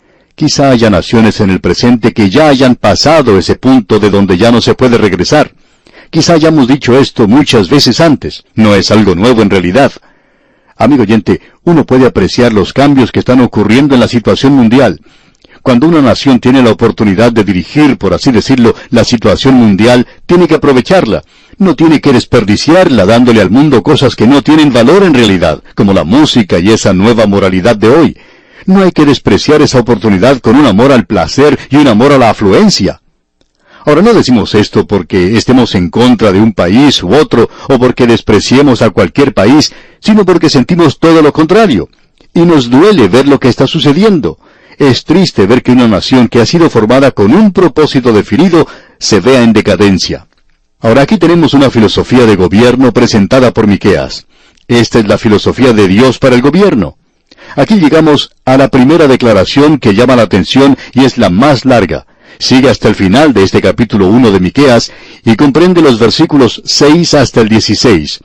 Quizá haya naciones en el presente que ya hayan pasado ese punto de donde ya no se puede regresar. Quizá hayamos dicho esto muchas veces antes. No es algo nuevo en realidad. Amigo oyente, uno puede apreciar los cambios que están ocurriendo en la situación mundial. Cuando una nación tiene la oportunidad de dirigir, por así decirlo, la situación mundial, tiene que aprovecharla. No tiene que desperdiciarla dándole al mundo cosas que no tienen valor en realidad, como la música y esa nueva moralidad de hoy. No hay que despreciar esa oportunidad con un amor al placer y un amor a la afluencia. Ahora, no decimos esto porque estemos en contra de un país u otro, o porque despreciemos a cualquier país, sino porque sentimos todo lo contrario. Y nos duele ver lo que está sucediendo. Es triste ver que una nación que ha sido formada con un propósito definido se vea en decadencia. Ahora, aquí tenemos una filosofía de gobierno presentada por Miqueas. Esta es la filosofía de Dios para el gobierno. Aquí llegamos a la primera declaración que llama la atención y es la más larga. Sigue hasta el final de este capítulo uno de Miqueas y comprende los versículos seis hasta el dieciséis.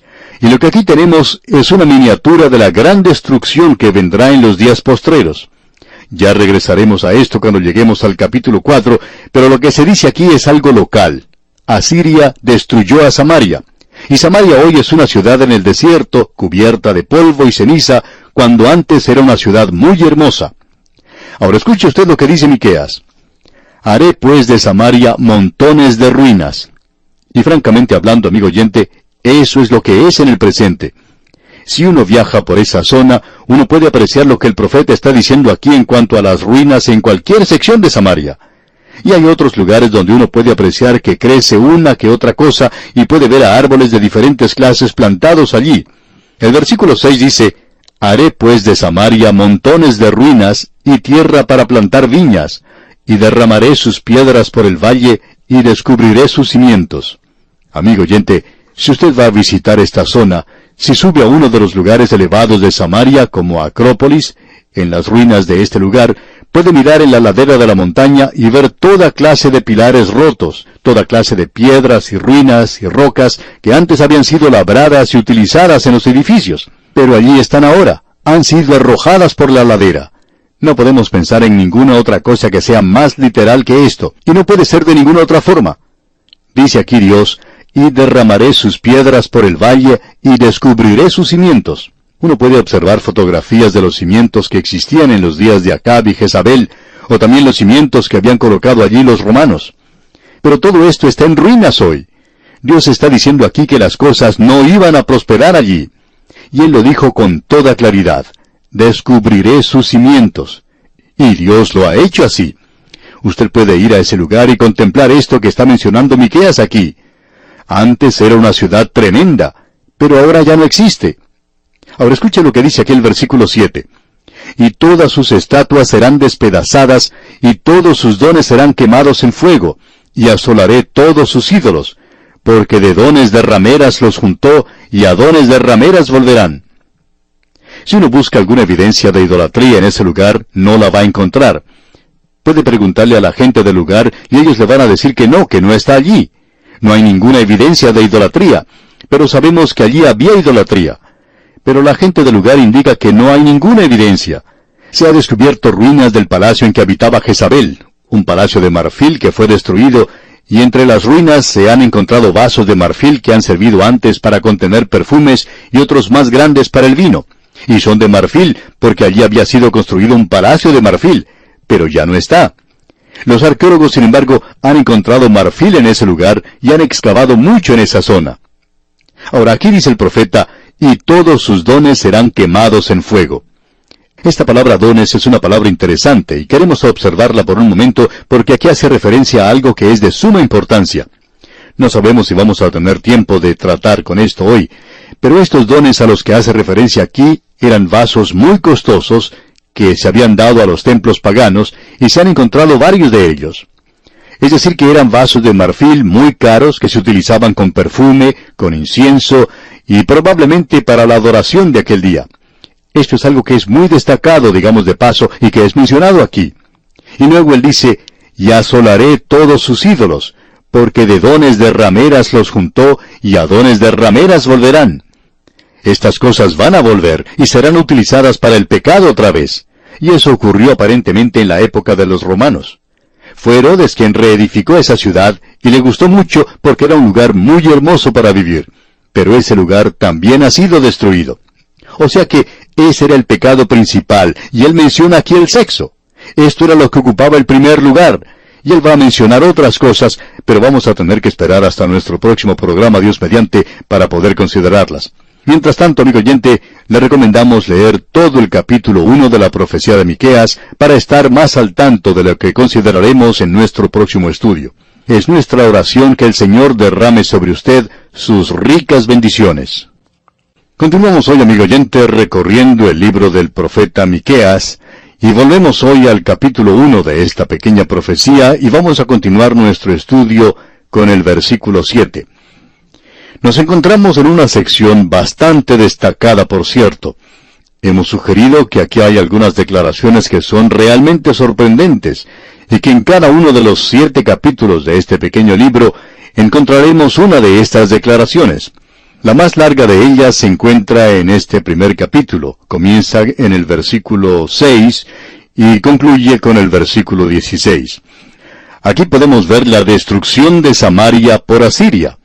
Y lo que aquí tenemos es una miniatura de la gran destrucción que vendrá en los días postreros. Ya regresaremos a esto cuando lleguemos al capítulo cuatro, pero lo que se dice aquí es algo local. Asiria destruyó a Samaria. Y Samaria hoy es una ciudad en el desierto, cubierta de polvo y ceniza, cuando antes era una ciudad muy hermosa. Ahora escuche usted lo que dice Miqueas. Haré pues de Samaria montones de ruinas. Y francamente hablando, amigo oyente, eso es lo que es en el presente. Si uno viaja por esa zona, uno puede apreciar lo que el profeta está diciendo aquí en cuanto a las ruinas en cualquier sección de Samaria. Y hay otros lugares donde uno puede apreciar que crece una que otra cosa y puede ver a árboles de diferentes clases plantados allí. El versículo seis dice, Haré pues de Samaria montones de ruinas y tierra para plantar viñas, y derramaré sus piedras por el valle y descubriré sus cimientos. Amigo oyente, si usted va a visitar esta zona, si sube a uno de los lugares elevados de Samaria, como Acrópolis, en las ruinas de este lugar, puede mirar en la ladera de la montaña y ver toda clase de pilares rotos, toda clase de piedras y ruinas y rocas que antes habían sido labradas y utilizadas en los edificios, pero allí están ahora, han sido arrojadas por la ladera. No podemos pensar en ninguna otra cosa que sea más literal que esto, y no puede ser de ninguna otra forma. Dice aquí Dios, y derramaré sus piedras por el valle, y descubriré sus cimientos. Uno puede observar fotografías de los cimientos que existían en los días de Acab y Jezabel, o también los cimientos que habían colocado allí los romanos. Pero todo esto está en ruinas hoy. Dios está diciendo aquí que las cosas no iban a prosperar allí. Y Él lo dijo con toda claridad. Descubriré sus cimientos. Y Dios lo ha hecho así. Usted puede ir a ese lugar y contemplar esto que está mencionando Miqueas aquí. Antes era una ciudad tremenda, pero ahora ya no existe. Ahora escuche lo que dice aquí el versículo siete. Y todas sus estatuas serán despedazadas, y todos sus dones serán quemados en fuego, y asolaré todos sus ídolos, porque de dones de rameras los juntó, y a dones de rameras volverán. Si uno busca alguna evidencia de idolatría en ese lugar, no la va a encontrar. Puede preguntarle a la gente del lugar, y ellos le van a decir que no, que no está allí. No hay ninguna evidencia de idolatría, pero sabemos que allí había idolatría. Pero la gente del lugar indica que no hay ninguna evidencia. Se ha descubierto ruinas del palacio en que habitaba Jezabel, un palacio de marfil que fue destruido, y entre las ruinas se han encontrado vasos de marfil que han servido antes para contener perfumes y otros más grandes para el vino. Y son de marfil porque allí había sido construido un palacio de marfil, pero ya no está. Los arqueólogos, sin embargo, han encontrado marfil en ese lugar y han excavado mucho en esa zona. Ahora aquí dice el profeta, y todos sus dones serán quemados en fuego. Esta palabra dones es una palabra interesante y queremos observarla por un momento porque aquí hace referencia a algo que es de suma importancia. No sabemos si vamos a tener tiempo de tratar con esto hoy, pero estos dones a los que hace referencia aquí eran vasos muy costosos que se habían dado a los templos paganos y se han encontrado varios de ellos. Es decir, que eran vasos de marfil muy caros que se utilizaban con perfume, con incienso y probablemente para la adoración de aquel día. Esto es algo que es muy destacado, digamos de paso, y que es mencionado aquí. Y luego él dice, y asolaré todos sus ídolos, porque de dones de rameras los juntó, y a dones de rameras volverán. Estas cosas van a volver, y serán utilizadas para el pecado otra vez. Y eso ocurrió aparentemente en la época de los romanos. Fue Herodes quien reedificó esa ciudad, y le gustó mucho porque era un lugar muy hermoso para vivir. Pero ese lugar también ha sido destruido. O sea que ese era el pecado principal, y él menciona aquí el sexo. Esto era lo que ocupaba el primer lugar, y él va a mencionar otras cosas, pero vamos a tener que esperar hasta nuestro próximo programa, Dios mediante, para poder considerarlas. Mientras tanto, amigo oyente, le recomendamos leer todo el capítulo uno de la profecía de Miqueas para estar más al tanto de lo que consideraremos en nuestro próximo estudio. Es nuestra oración que el Señor derrame sobre usted sus ricas bendiciones. Continuamos hoy, amigo oyente, recorriendo el libro del profeta Miqueas, y volvemos hoy al capítulo uno de esta pequeña profecía, y vamos a continuar nuestro estudio con el versículo siete. Nos encontramos en una sección bastante destacada, por cierto. Hemos sugerido que aquí hay algunas declaraciones que son realmente sorprendentes, y que en cada uno de los siete capítulos de este pequeño libro encontraremos una de estas declaraciones. La más larga de ellas se encuentra en este primer capítulo. Comienza en el versículo seis y concluye con el versículo dieciséis. Aquí podemos ver la destrucción de Samaria por Asiria.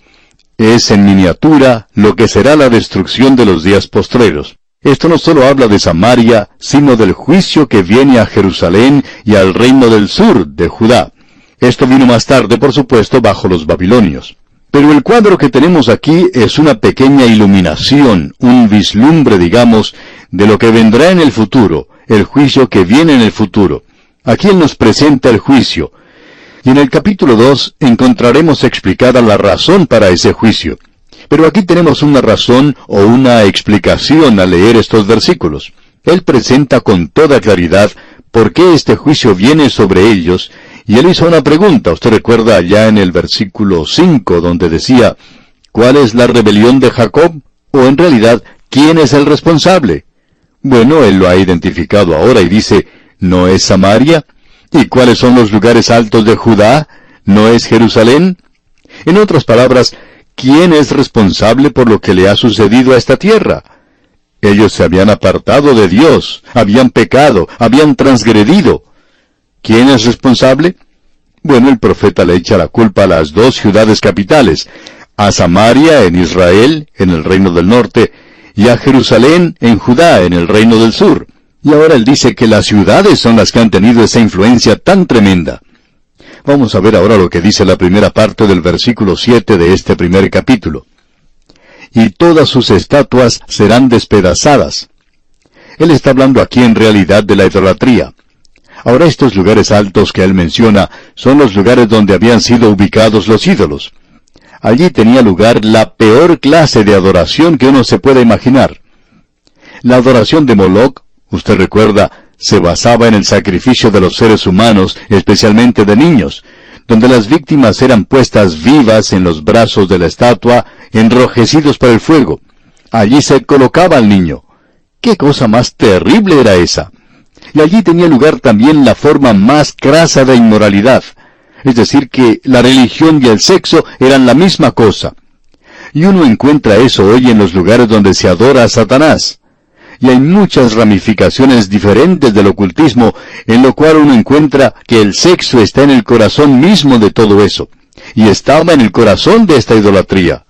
Es en miniatura lo que será la destrucción de los días postreros. Esto no solo habla de Samaria, sino del juicio que viene a Jerusalén y al reino del sur de Judá. Esto vino más tarde, por supuesto, bajo los babilonios. Pero el cuadro que tenemos aquí es una pequeña iluminación, un vislumbre, digamos, de lo que vendrá en el futuro, el juicio que viene en el futuro. Aquí él nos presenta el juicio. Y en el capítulo dos encontraremos explicada la razón para ese juicio. Pero aquí tenemos una razón o una explicación al leer estos versículos. Él presenta con toda claridad por qué este juicio viene sobre ellos. Y él hizo una pregunta, usted recuerda allá en el versículo cinco, donde decía, ¿cuál es la rebelión de Jacob? O en realidad, ¿quién es el responsable? Bueno, él lo ha identificado ahora y dice, ¿no es Samaria? ¿Y cuáles son los lugares altos de Judá? ¿No es Jerusalén? En otras palabras, ¿quién es responsable por lo que le ha sucedido a esta tierra? Ellos se habían apartado de Dios, habían pecado, habían transgredido. ¿Quién es responsable? Bueno, el profeta le echa la culpa a las dos ciudades capitales, a Samaria en Israel, en el reino del norte, y a Jerusalén en Judá, en el reino del sur. Y ahora él dice que las ciudades son las que han tenido esa influencia tan tremenda. Vamos a ver ahora lo que dice la primera parte del versículo siete de este primer capítulo. Y todas sus estatuas serán despedazadas. Él está hablando aquí en realidad de la idolatría. Ahora estos lugares altos que él menciona son los lugares donde habían sido ubicados los ídolos. Allí tenía lugar la peor clase de adoración que uno se pueda imaginar. La adoración de Moloch, usted recuerda, se basaba en el sacrificio de los seres humanos, especialmente de niños, donde las víctimas eran puestas vivas en los brazos de la estatua, enrojecidos por el fuego. Allí se colocaba al niño. ¡Qué cosa más terrible era esa! Y allí tenía lugar también la forma más crasa de inmoralidad. Es decir, que la religión y el sexo eran la misma cosa. Y uno encuentra eso hoy en los lugares donde se adora a Satanás. Y hay muchas ramificaciones diferentes del ocultismo, en lo cual uno encuentra que el sexo está en el corazón mismo de todo eso. y estaba en el corazón de esta idolatría.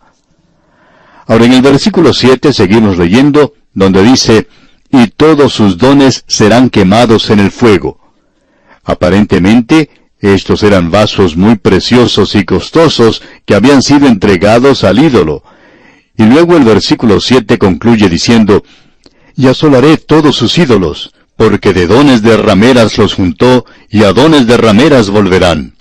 Ahora en el versículo siete seguimos leyendo, donde dice, y todos sus dones serán quemados en el fuego. Aparentemente, estos eran vasos muy preciosos y costosos que habían sido entregados al ídolo. Y luego el versículo siete concluye diciendo, y asolaré todos sus ídolos, porque de dones de rameras los juntó, y a dones de rameras volverán.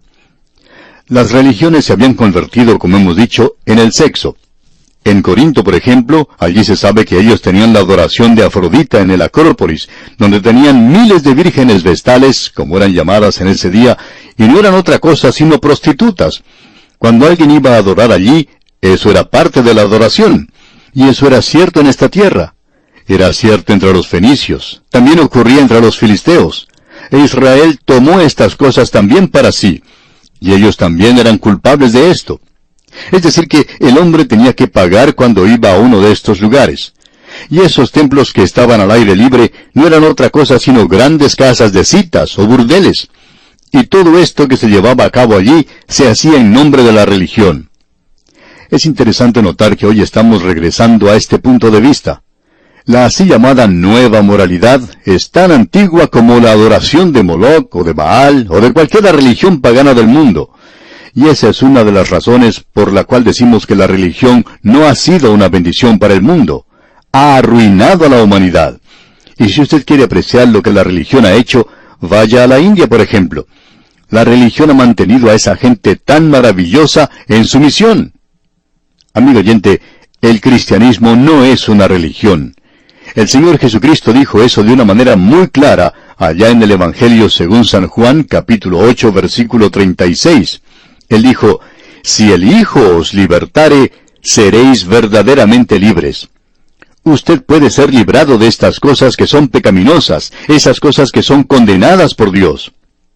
Las religiones se habían convertido, como hemos dicho, en el sexo. En Corinto, por ejemplo, allí se sabe que ellos tenían la adoración de Afrodita en el Acrópolis, donde tenían miles de vírgenes vestales, como eran llamadas en ese día, y no eran otra cosa sino prostitutas. Cuando alguien iba a adorar allí, eso era parte de la adoración, y eso era cierto en esta tierra. Era cierto entre los fenicios, también ocurría entre los filisteos. E Israel tomó estas cosas también para sí, y ellos también eran culpables de esto. Es decir que el hombre tenía que pagar cuando iba a uno de estos lugares. Y esos templos que estaban al aire libre no eran otra cosa sino grandes casas de citas o burdeles. Y todo esto que se llevaba a cabo allí se hacía en nombre de la religión. Es interesante notar que hoy estamos regresando a este punto de vista. La así llamada nueva moralidad es tan antigua como la adoración de Moloc o de Baal o de cualquier religión pagana del mundo. Y esa es una de las razones por la cual decimos que la religión no ha sido una bendición para el mundo. Ha arruinado a la humanidad. Y si usted quiere apreciar lo que la religión ha hecho, vaya a la India, por ejemplo. La religión ha mantenido a esa gente tan maravillosa en su misión. Amigo oyente, el cristianismo no es una religión. El Señor Jesucristo dijo eso de una manera muy clara allá en el Evangelio según San Juan, capítulo ocho, versículo treinta y seis. Él dijo, si el Hijo os libertare, seréis verdaderamente libres. Usted puede ser librado de estas cosas que son pecaminosas, esas cosas que son condenadas por Dios.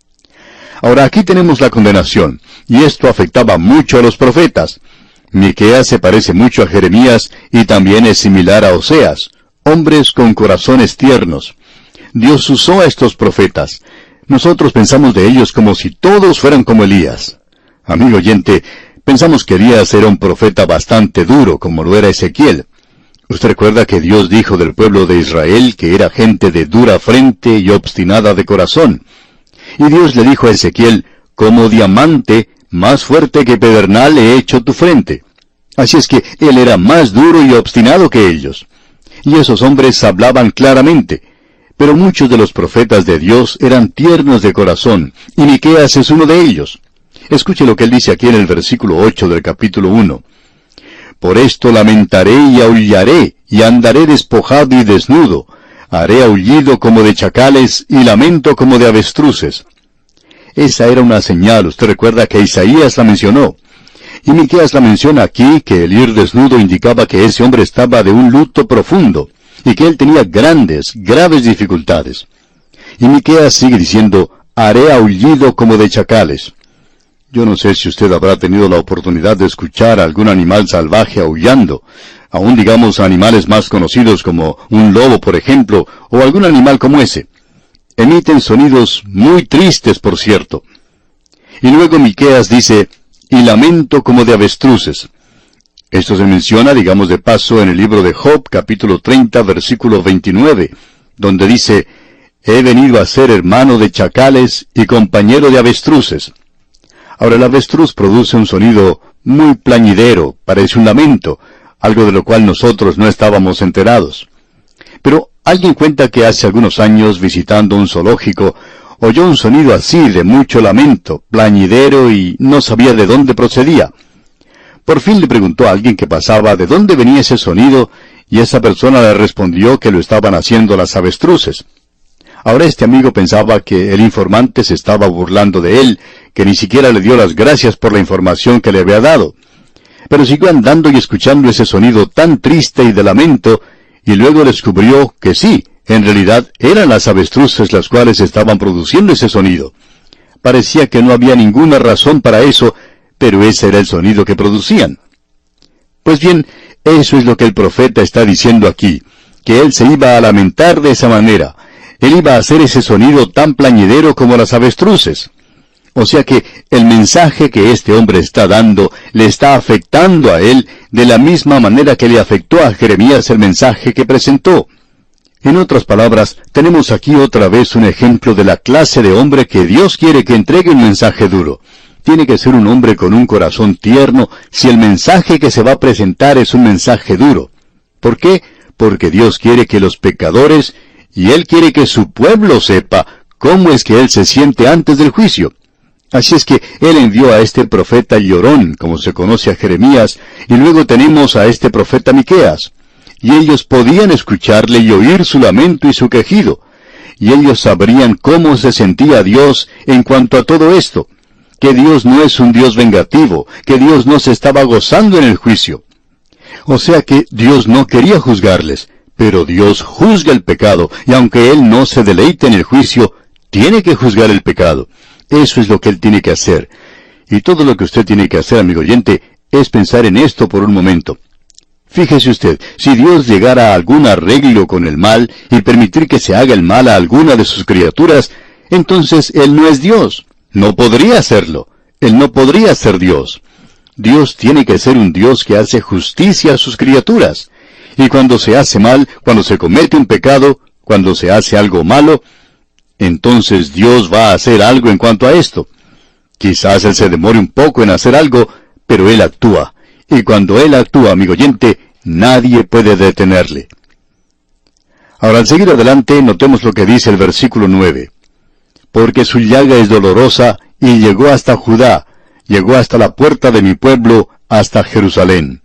Ahora aquí tenemos la condenación, y esto afectaba mucho a los profetas. Miqueas se parece mucho a Jeremías y también es similar a Oseas, hombres con corazones tiernos. Dios usó a estos profetas. Nosotros pensamos de ellos como si todos fueran como Elías. Amigo oyente, pensamos que Elías era un profeta bastante duro, como lo era Ezequiel. Usted recuerda que Dios dijo del pueblo de Israel que era gente de dura frente y obstinada de corazón. Y Dios le dijo a Ezequiel, como diamante, más fuerte que pedernal he hecho tu frente. Así es que él era más duro y obstinado que ellos. Y esos hombres hablaban claramente. Pero muchos de los profetas de Dios eran tiernos de corazón, y Miqueas es uno de ellos. Escuche lo que él dice aquí en el versículo ocho del capítulo uno. Por esto lamentaré y aullaré, y andaré despojado y desnudo. Haré aullido como de chacales, y lamento como de avestruces. Esa era una señal, usted recuerda que Isaías la mencionó. Y Miqueas la menciona aquí, que el ir desnudo indicaba que ese hombre estaba de un luto profundo, y que él tenía grandes, graves dificultades. Y Miqueas sigue diciendo, haré aullido como de chacales. Yo no sé si usted habrá tenido la oportunidad de escuchar a algún animal salvaje aullando, aún digamos animales más conocidos como un lobo, por ejemplo, o algún animal como ese. Emiten sonidos muy tristes, por cierto. Y luego Miqueas dice, y lamento como de avestruces. Esto se menciona, digamos de paso, en el libro de Job, capítulo treinta, versículo veintinueve, donde dice, he venido a ser hermano de chacales y compañero de avestruces. Ahora el avestruz produce un sonido muy plañidero, parece un lamento, algo de lo cual nosotros no estábamos enterados. Pero alguien cuenta que hace algunos años, visitando un zoológico, oyó un sonido así de mucho lamento, plañidero, y no sabía de dónde procedía. Por fin le preguntó a alguien que pasaba de dónde venía ese sonido, y esa persona le respondió que lo estaban haciendo las avestruces. Ahora este amigo pensaba que el informante se estaba burlando de él, que ni siquiera le dio las gracias por la información que le había dado. Pero siguió andando y escuchando ese sonido tan triste y de lamento, y luego descubrió que sí, en realidad eran las avestruces las cuales estaban produciendo ese sonido. Parecía que no había ninguna razón para eso, pero ese era el sonido que producían. Pues bien, eso es lo que el profeta está diciendo aquí, que él se iba a lamentar de esa manera. Él iba a hacer ese sonido tan plañidero como las avestruces. O sea que el mensaje que este hombre está dando le está afectando a él de la misma manera que le afectó a Jeremías el mensaje que presentó. En otras palabras, tenemos aquí otra vez un ejemplo de la clase de hombre que Dios quiere que entregue un mensaje duro. Tiene que ser un hombre con un corazón tierno si el mensaje que se va a presentar es un mensaje duro. ¿Por qué? Porque Dios quiere que los pecadores, y Él quiere que su pueblo sepa cómo es que Él se siente antes del juicio. Así es que Él envió a este profeta llorón, como se conoce a Jeremías, y luego tenemos a este profeta Miqueas. Y ellos podían escucharle y oír su lamento y su quejido. Y ellos sabrían cómo se sentía Dios en cuanto a todo esto. Que Dios no es un Dios vengativo, que Dios no se estaba gozando en el juicio. O sea que Dios no quería juzgarles, pero Dios juzga el pecado, y aunque Él no se deleite en el juicio, tiene que juzgar el pecado. Eso es lo que Él tiene que hacer. Y todo lo que usted tiene que hacer, amigo oyente, es pensar en esto por un momento. Fíjese usted, si Dios llegara a algún arreglo con el mal y permitir que se haga el mal a alguna de sus criaturas, entonces Él no es Dios. No podría serlo. Él no podría ser Dios. Dios tiene que ser un Dios que hace justicia a sus criaturas. Y cuando se hace mal, cuando se comete un pecado, cuando se hace algo malo, entonces Dios va a hacer algo en cuanto a esto. Quizás Él se demore un poco en hacer algo, pero Él actúa. Y cuando Él actúa, amigo oyente, nadie puede detenerle. Ahora, al seguir adelante, notemos lo que dice el versículo nueve. Porque su llaga es dolorosa, y llegó hasta Judá, llegó hasta la puerta de mi pueblo, hasta Jerusalén.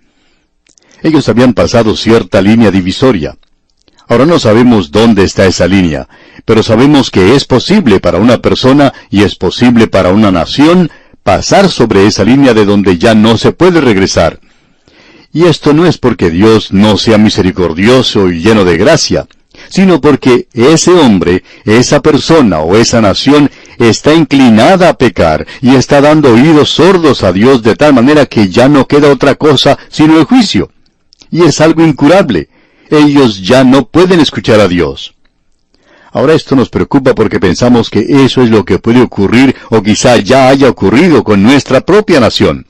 Ellos habían pasado cierta línea divisoria. Ahora no sabemos dónde está esa línea, pero sabemos que es posible para una persona y es posible para una nación pasar sobre esa línea de donde ya no se puede regresar. Y esto no es porque Dios no sea misericordioso y lleno de gracia, sino porque ese hombre, esa persona o esa nación está inclinada a pecar y está dando oídos sordos a Dios de tal manera que ya no queda otra cosa sino el juicio. Y es algo incurable. Ellos ya no pueden escuchar a Dios. Ahora esto nos preocupa porque pensamos que eso es lo que puede ocurrir o quizá ya haya ocurrido con nuestra propia nación.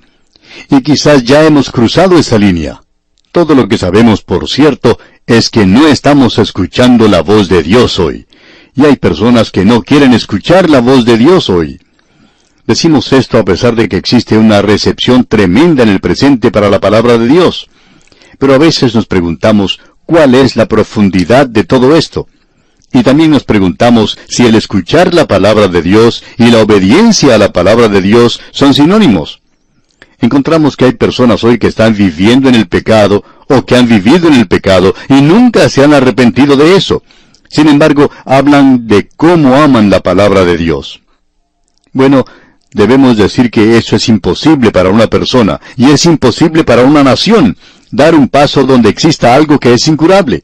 Y quizás ya hemos cruzado esa línea. Todo lo que sabemos, por cierto, es que no estamos escuchando la voz de Dios hoy. Y hay personas que no quieren escuchar la voz de Dios hoy. Decimos esto a pesar de que existe una recepción tremenda en el presente para la palabra de Dios. Pero a veces nos preguntamos, ¿cuál es la profundidad de todo esto? Y también nos preguntamos si el escuchar la palabra de Dios y la obediencia a la palabra de Dios son sinónimos. Encontramos que hay personas hoy que están viviendo en el pecado, o que han vivido en el pecado, y nunca se han arrepentido de eso. Sin embargo, hablan de cómo aman la palabra de Dios. Bueno, debemos decir que eso es imposible para una persona, y es imposible para una nación, dar un paso donde exista algo que es incurable.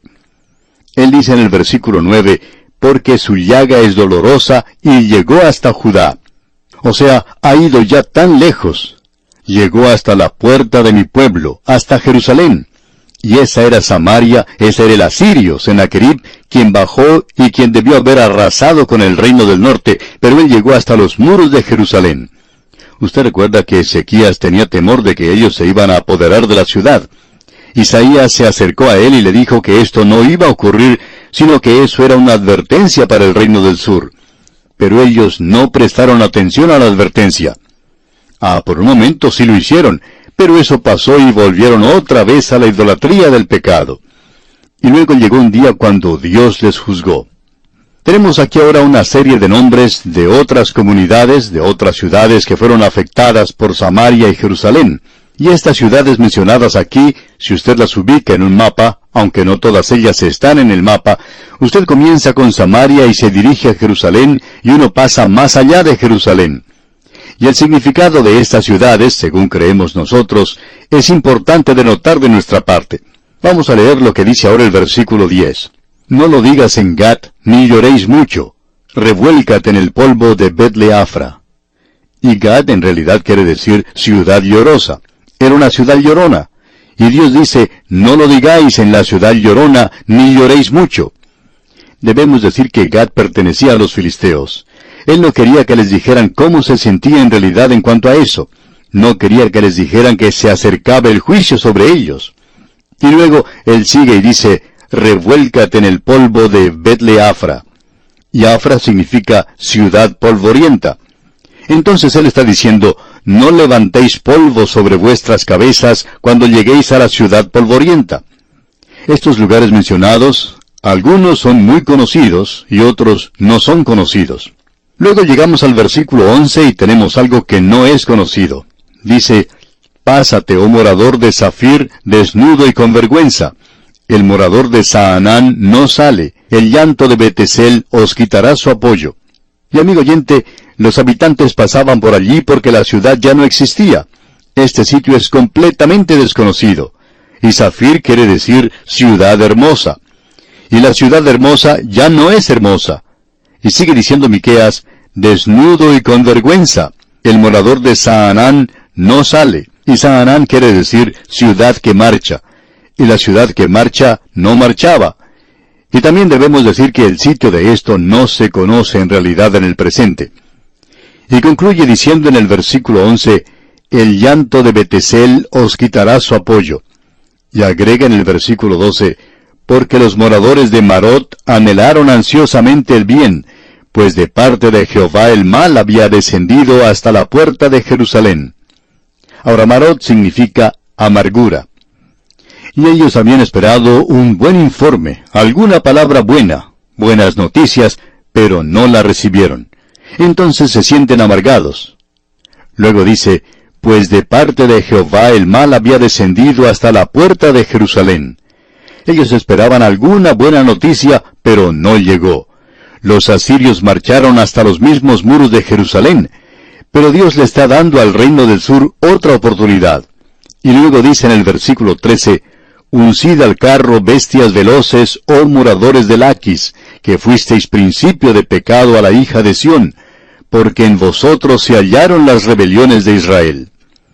Él dice en el versículo nueve, porque su llaga es dolorosa y llegó hasta Judá. O sea, ha ido ya tan lejos. Llegó hasta la puerta de mi pueblo, hasta Jerusalén. Y esa era Samaria, ese era el asirio, Sennacherib, quien bajó y quien debió haber arrasado con el reino del norte, pero él llegó hasta los muros de Jerusalén. Usted recuerda que Ezequías tenía temor de que ellos se iban a apoderar de la ciudad. Isaías se acercó a él y le dijo que esto no iba a ocurrir, sino que eso era una advertencia para el reino del sur. Pero ellos no prestaron atención a la advertencia. Ah, por un momento sí lo hicieron, pero eso pasó y volvieron otra vez a la idolatría del pecado. Y luego llegó un día cuando Dios les juzgó. Tenemos aquí ahora una serie de nombres de otras comunidades, de otras ciudades que fueron afectadas por Samaria y Jerusalén. Y estas ciudades mencionadas aquí, si usted las ubica en un mapa, aunque no todas ellas están en el mapa, usted comienza con Samaria y se dirige a Jerusalén, y uno pasa más allá de Jerusalén. Y el significado de estas ciudades, según creemos nosotros, es importante de notar de nuestra parte. Vamos a leer lo que dice ahora el versículo diez. No lo digas en Gat, ni lloréis mucho. Revuélcate en el polvo de Bet-leafra. Y Gat en realidad quiere decir ciudad llorosa. Era una ciudad llorona. Y Dios dice, no lo digáis en la ciudad llorona, ni lloréis mucho. Debemos decir que Gat pertenecía a los filisteos. Él no quería que les dijeran cómo se sentía en realidad en cuanto a eso. No quería que les dijeran que se acercaba el juicio sobre ellos. Y luego Él sigue y dice, revuélcate en el polvo de Bet-le-Afra. Y Afra significa ciudad polvorienta. Entonces Él está diciendo, no levantéis polvo sobre vuestras cabezas cuando lleguéis a la ciudad polvorienta. Estos lugares mencionados, algunos son muy conocidos y otros no son conocidos. Luego llegamos al versículo once y tenemos algo que no es conocido. Dice, pásate, oh morador de Zafir, desnudo y con vergüenza. El morador de Saanán no sale, el llanto de Betesel os quitará su apoyo. Y amigo oyente, los habitantes pasaban por allí porque la ciudad ya no existía. Este sitio es completamente desconocido. Y Zafir quiere decir ciudad hermosa. Y la ciudad hermosa ya no es hermosa. Y sigue diciendo Miqueas, desnudo y con vergüenza. El morador de Saanán no sale. Y Saanán quiere decir ciudad que marcha. Y la ciudad que marcha no marchaba. Y también debemos decir que el sitio de esto no se conoce en realidad en el presente. Y concluye diciendo en el versículo once, el llanto de Betesel os quitará su apoyo. Y agrega en el versículo doce, porque los moradores de Marot anhelaron ansiosamente el bien, pues de parte de Jehová el mal había descendido hasta la puerta de Jerusalén. Ahora Marot significa amargura. Y ellos habían esperado un buen informe, alguna palabra buena, buenas noticias, pero no la recibieron. Entonces se sienten amargados. Luego dice, pues de parte de Jehová el mal había descendido hasta la puerta de Jerusalén. Ellos esperaban alguna buena noticia, pero no llegó. Los asirios marcharon hasta los mismos muros de Jerusalén, pero Dios le está dando al reino del sur otra oportunidad. Y luego dice en el versículo trece, uncid al carro bestias veloces, oh moradores de Laquis, que fuisteis principio de pecado a la hija de Sión, porque en vosotros se hallaron las rebeliones de Israel.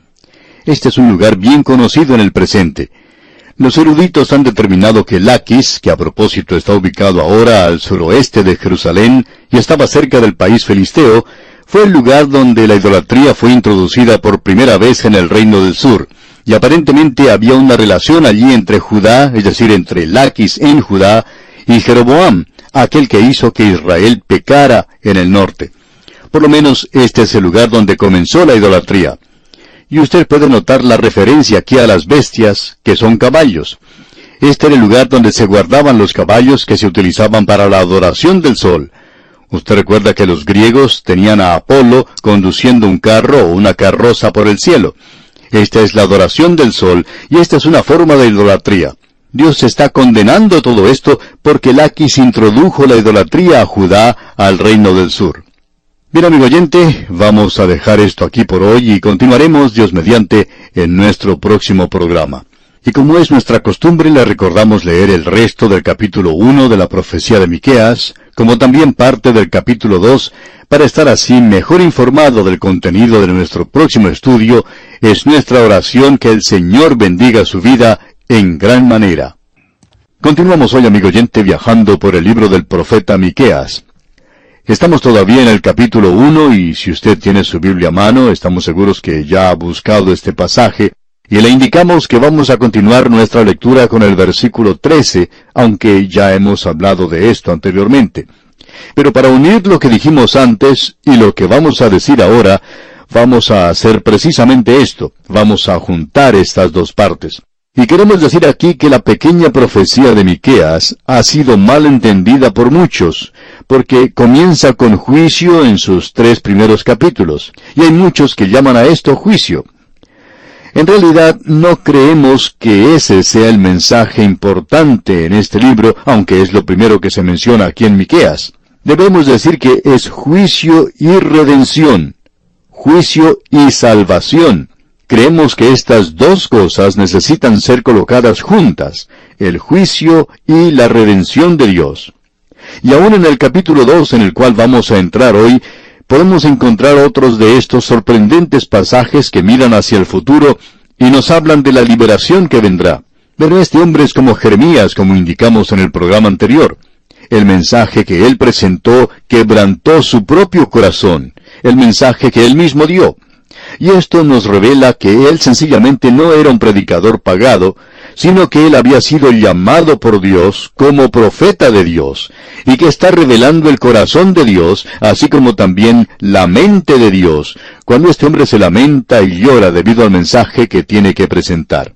Este es un lugar bien conocido en el presente. Los eruditos han determinado que Laquis, que a propósito está ubicado ahora al suroeste de Jerusalén y estaba cerca del país filisteo, fue el lugar donde la idolatría fue introducida por primera vez en el reino del sur, y aparentemente había una relación allí entre Judá, es decir, entre Laquis en Judá, y Jeroboam, aquel que hizo que Israel pecara en el norte. Por lo menos este es el lugar donde comenzó la idolatría. Y usted puede notar la referencia aquí a las bestias, que son caballos. Este era el lugar donde se guardaban los caballos que se utilizaban para la adoración del sol. Usted recuerda que los griegos tenían a Apolo conduciendo un carro o una carroza por el cielo. Esta es la adoración del sol, y esta es una forma de idolatría. Dios está condenando todo esto porque Laquis introdujo la idolatría a Judá, al reino del sur. Bien, amigo oyente, vamos a dejar esto aquí por hoy y continuaremos, Dios mediante, en nuestro próximo programa. Y como es nuestra costumbre, le recordamos leer el resto del capítulo uno de la profecía de Miqueas, como también parte del capítulo dos, para estar así mejor informado del contenido de nuestro próximo estudio. Es nuestra oración que el Señor bendiga su vida en gran manera. Continuamos hoy, amigo oyente, viajando por el libro del profeta Miqueas. Estamos todavía en el capítulo uno y si usted tiene su Biblia a mano, estamos seguros que ya ha buscado este pasaje y le indicamos que vamos a continuar nuestra lectura con el versículo trece, aunque ya hemos hablado de esto anteriormente. Pero para unir lo que dijimos antes y lo que vamos a decir ahora, vamos a hacer precisamente esto, vamos a juntar estas dos partes. Y queremos decir aquí que la pequeña profecía de Miqueas ha sido mal entendida por muchos, porque comienza con juicio en sus tres primeros capítulos, y hay muchos que llaman a esto juicio. En realidad, no creemos que ese sea el mensaje importante en este libro, aunque es lo primero que se menciona aquí en Miqueas. Debemos decir que es juicio y redención, juicio y salvación. Creemos que estas dos cosas necesitan ser colocadas juntas, el juicio y la redención de Dios. Y aún en el capítulo dos, en el cual vamos a entrar hoy, podemos encontrar otros de estos sorprendentes pasajes que miran hacia el futuro y nos hablan de la liberación que vendrá. Pero este hombre es como Jeremías, como indicamos en el programa anterior. El mensaje que él presentó quebrantó su propio corazón, el mensaje que él mismo dio. Y esto nos revela que él sencillamente no era un predicador pagado, sino que él había sido llamado por Dios como profeta de Dios, y que está revelando el corazón de Dios, así como también la mente de Dios, cuando este hombre se lamenta y llora debido al mensaje que tiene que presentar.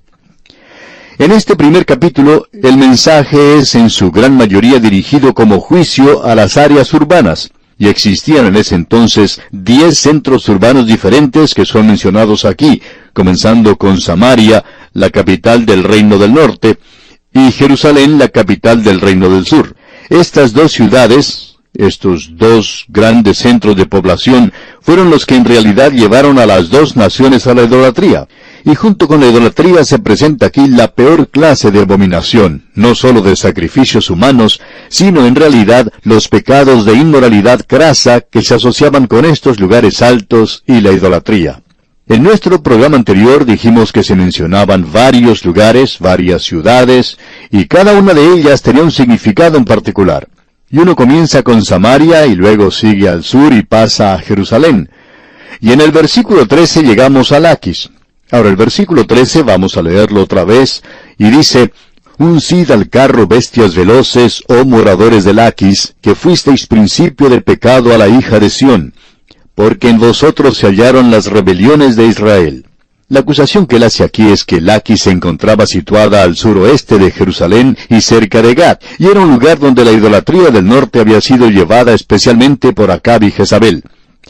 En este primer capítulo, el mensaje es en su gran mayoría dirigido como juicio a las áreas urbanas, y existían en ese entonces diez centros urbanos diferentes que son mencionados aquí, comenzando con Samaria, la capital del Reino del Norte, y Jerusalén, la capital del Reino del Sur. Estas dos ciudades, estos dos grandes centros de población, fueron los que en realidad llevaron a las dos naciones a la idolatría. Y junto con la idolatría se presenta aquí la peor clase de abominación, no sólo de sacrificios humanos, sino en realidad los pecados de inmoralidad crasa que se asociaban con estos lugares altos y la idolatría. En nuestro programa anterior dijimos que se mencionaban varios lugares, varias ciudades, y cada una de ellas tenía un significado en particular. Y uno comienza con Samaria y luego sigue al sur y pasa a Jerusalén. Y en el versículo trece llegamos a Laquis. Ahora el versículo trece vamos a leerlo otra vez, y dice: «Uncid al carro bestias veloces, oh moradores de Laquis, que fuisteis principio de pecado a la hija de Sión, porque en vosotros se hallaron las rebeliones de Israel». La acusación que él hace aquí es que Laquis se encontraba situada al suroeste de Jerusalén y cerca de Gat, y era un lugar donde la idolatría del norte había sido llevada especialmente por Acab y Jezabel.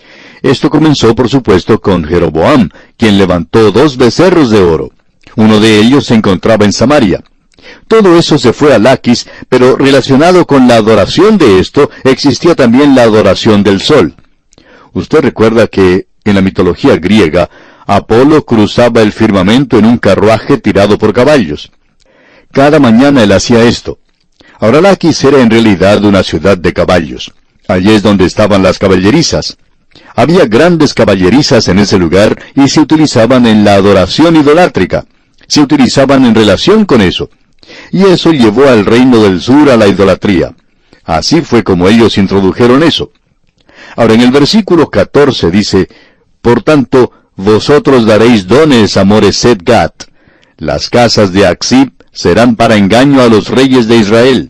Esto comenzó, por supuesto, con Jeroboam, quien levantó dos becerros de oro. Uno de ellos se encontraba en Samaria. Todo eso se fue a Laquis, pero relacionado con la adoración de esto, existía también la adoración del sol. Usted recuerda que, en la mitología griega, Apolo cruzaba el firmamento en un carruaje tirado por caballos. Cada mañana él hacía esto. Ahora Laquis era en realidad una ciudad de caballos. Allí es donde estaban las caballerizas. Había grandes caballerizas en ese lugar y se utilizaban en la adoración idolátrica. Se utilizaban en relación con eso. Y eso llevó al reino del sur a la idolatría. Así fue como ellos introdujeron eso. Ahora en el versículo catorce dice: «Por tanto, vosotros daréis dones a Moreset Gat. Las casas de Aksib serán para engaño a los reyes de Israel».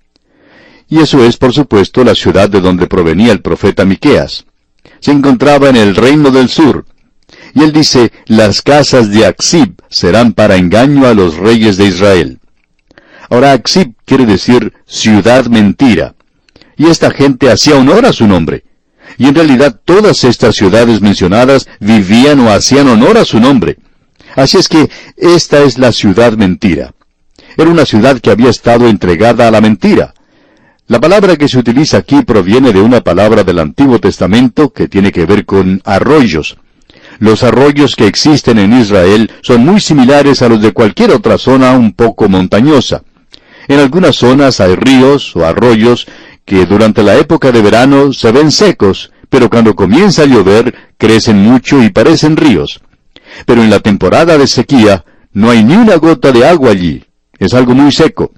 Y eso es, por supuesto, la ciudad de donde provenía el profeta Miqueas. Se encontraba en el reino del sur. Y él dice: «Las casas de Aksib serán para engaño a los reyes de Israel». Ahora Aksib quiere decir ciudad mentira. Y esta gente hacía honor a su nombre. Y en realidad todas estas ciudades mencionadas vivían o hacían honor a su nombre. Así es que esta es la ciudad mentira. Era una ciudad que había estado entregada a la mentira. La palabra que se utiliza aquí proviene de una palabra del Antiguo Testamento que tiene que ver con arroyos. Los arroyos que existen en Israel son muy similares a los de cualquier otra zona un poco montañosa. En algunas zonas hay ríos o arroyos que durante la época de verano se ven secos, pero cuando comienza a llover crecen mucho y parecen ríos. Pero en la temporada de sequía no hay ni una gota de agua allí. Es algo muy seco.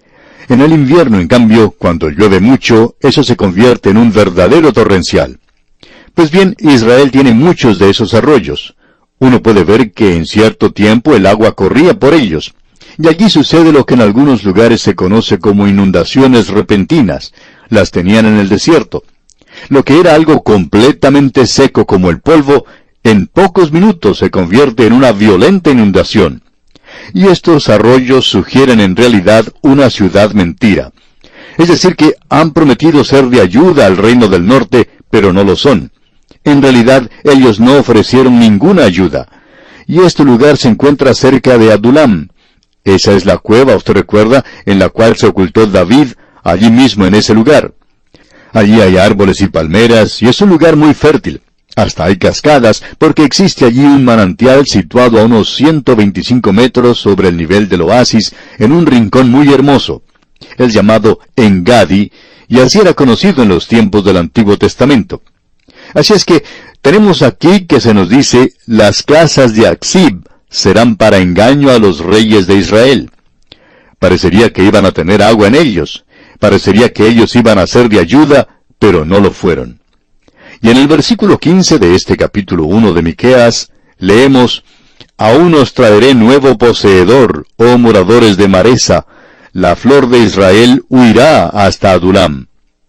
En el invierno, en cambio, cuando llueve mucho, eso se convierte en un verdadero torrencial. Pues bien, Israel tiene muchos de esos arroyos. Uno puede ver que en cierto tiempo el agua corría por ellos. Y allí sucede lo que en algunos lugares se conoce como inundaciones repentinas. Las tenían en el desierto. Lo que era algo completamente seco como el polvo, en pocos minutos se convierte en una violenta inundación. Y estos arroyos sugieren en realidad una ciudad mentira. Es decir que han prometido ser de ayuda al reino del norte, pero no lo son. En realidad ellos no ofrecieron ninguna ayuda. Y este lugar se encuentra cerca de Adulam. Esa es la cueva, usted recuerda, en la cual se ocultó David, allí mismo en ese lugar. Allí hay árboles y palmeras, y es un lugar muy fértil. Hasta hay cascadas, porque existe allí un manantial situado a unos ciento veinticinco metros sobre el nivel del oasis, en un rincón muy hermoso. Es llamado Engadi, y así era conocido en los tiempos del Antiguo Testamento. Así es que tenemos aquí que se nos dice: las casas de Aksib serán para engaño a los reyes de Israel. Parecería que iban a tener agua en ellos, Parecería que ellos iban a ser de ayuda, pero no lo fueron. Y en el versículo quince de este capítulo uno de Miqueas, leemos, «Aún os traeré nuevo poseedor, oh moradores de Maresa, la flor de Israel huirá hasta Adulam».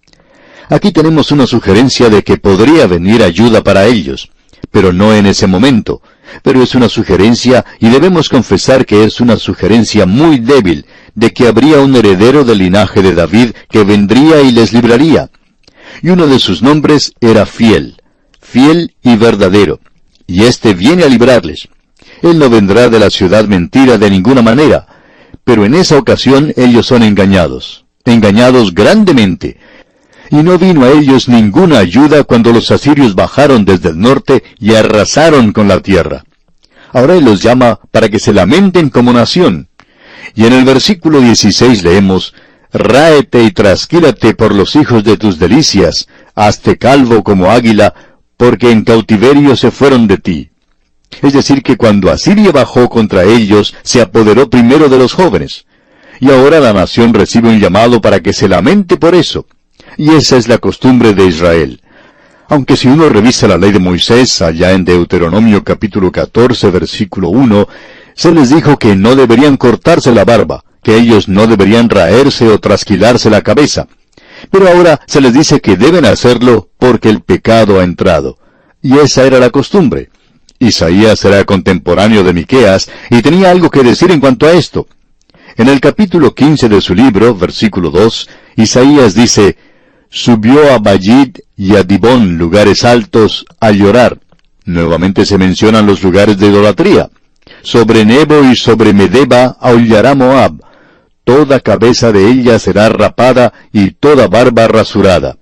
Aquí tenemos una sugerencia de que podría venir ayuda para ellos, pero no en ese momento. Pero es una sugerencia, y debemos confesar que es una sugerencia muy débil, de que habría un heredero del linaje de David que vendría y les libraría. Y uno de sus nombres era Fiel, fiel y verdadero, y éste viene a librarles. Él no vendrá de la ciudad mentira de ninguna manera, pero en esa ocasión ellos son engañados, engañados grandemente. Y no vino a ellos ninguna ayuda cuando los asirios bajaron desde el norte y arrasaron con la tierra. Ahora Él los llama para que se lamenten como nación. Y en el versículo dieciséis leemos, «Ráete y trasquílate por los hijos de tus delicias, hazte calvo como águila, porque en cautiverio se fueron de ti». Es decir, que cuando Asiria bajó contra ellos, se apoderó primero de los jóvenes. Y ahora la nación recibe un llamado para que se lamente por eso. Y esa es la costumbre de Israel. Aunque si uno revisa la ley de Moisés, allá en Deuteronomio capítulo catorce, versículo uno, se les dijo que no deberían cortarse la barba, que ellos no deberían raerse o trasquilarse la cabeza. Pero ahora se les dice que deben hacerlo porque el pecado ha entrado. Y esa era la costumbre. Isaías era contemporáneo de Miqueas y tenía algo que decir en cuanto a esto. En el capítulo quince de su libro, versículo dos, Isaías dice, «Subió a Bayid y a Dibón, lugares altos, a llorar». Nuevamente se mencionan los lugares de idolatría. «Sobre Nebo y sobre Medeba aullará Moab. Toda cabeza de ella será rapada y toda barba rasurada».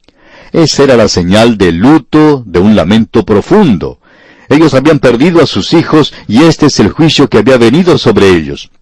Esa era la señal de luto, de un lamento profundo. Ellos habían perdido a sus hijos y este es el juicio que había venido sobre ellos.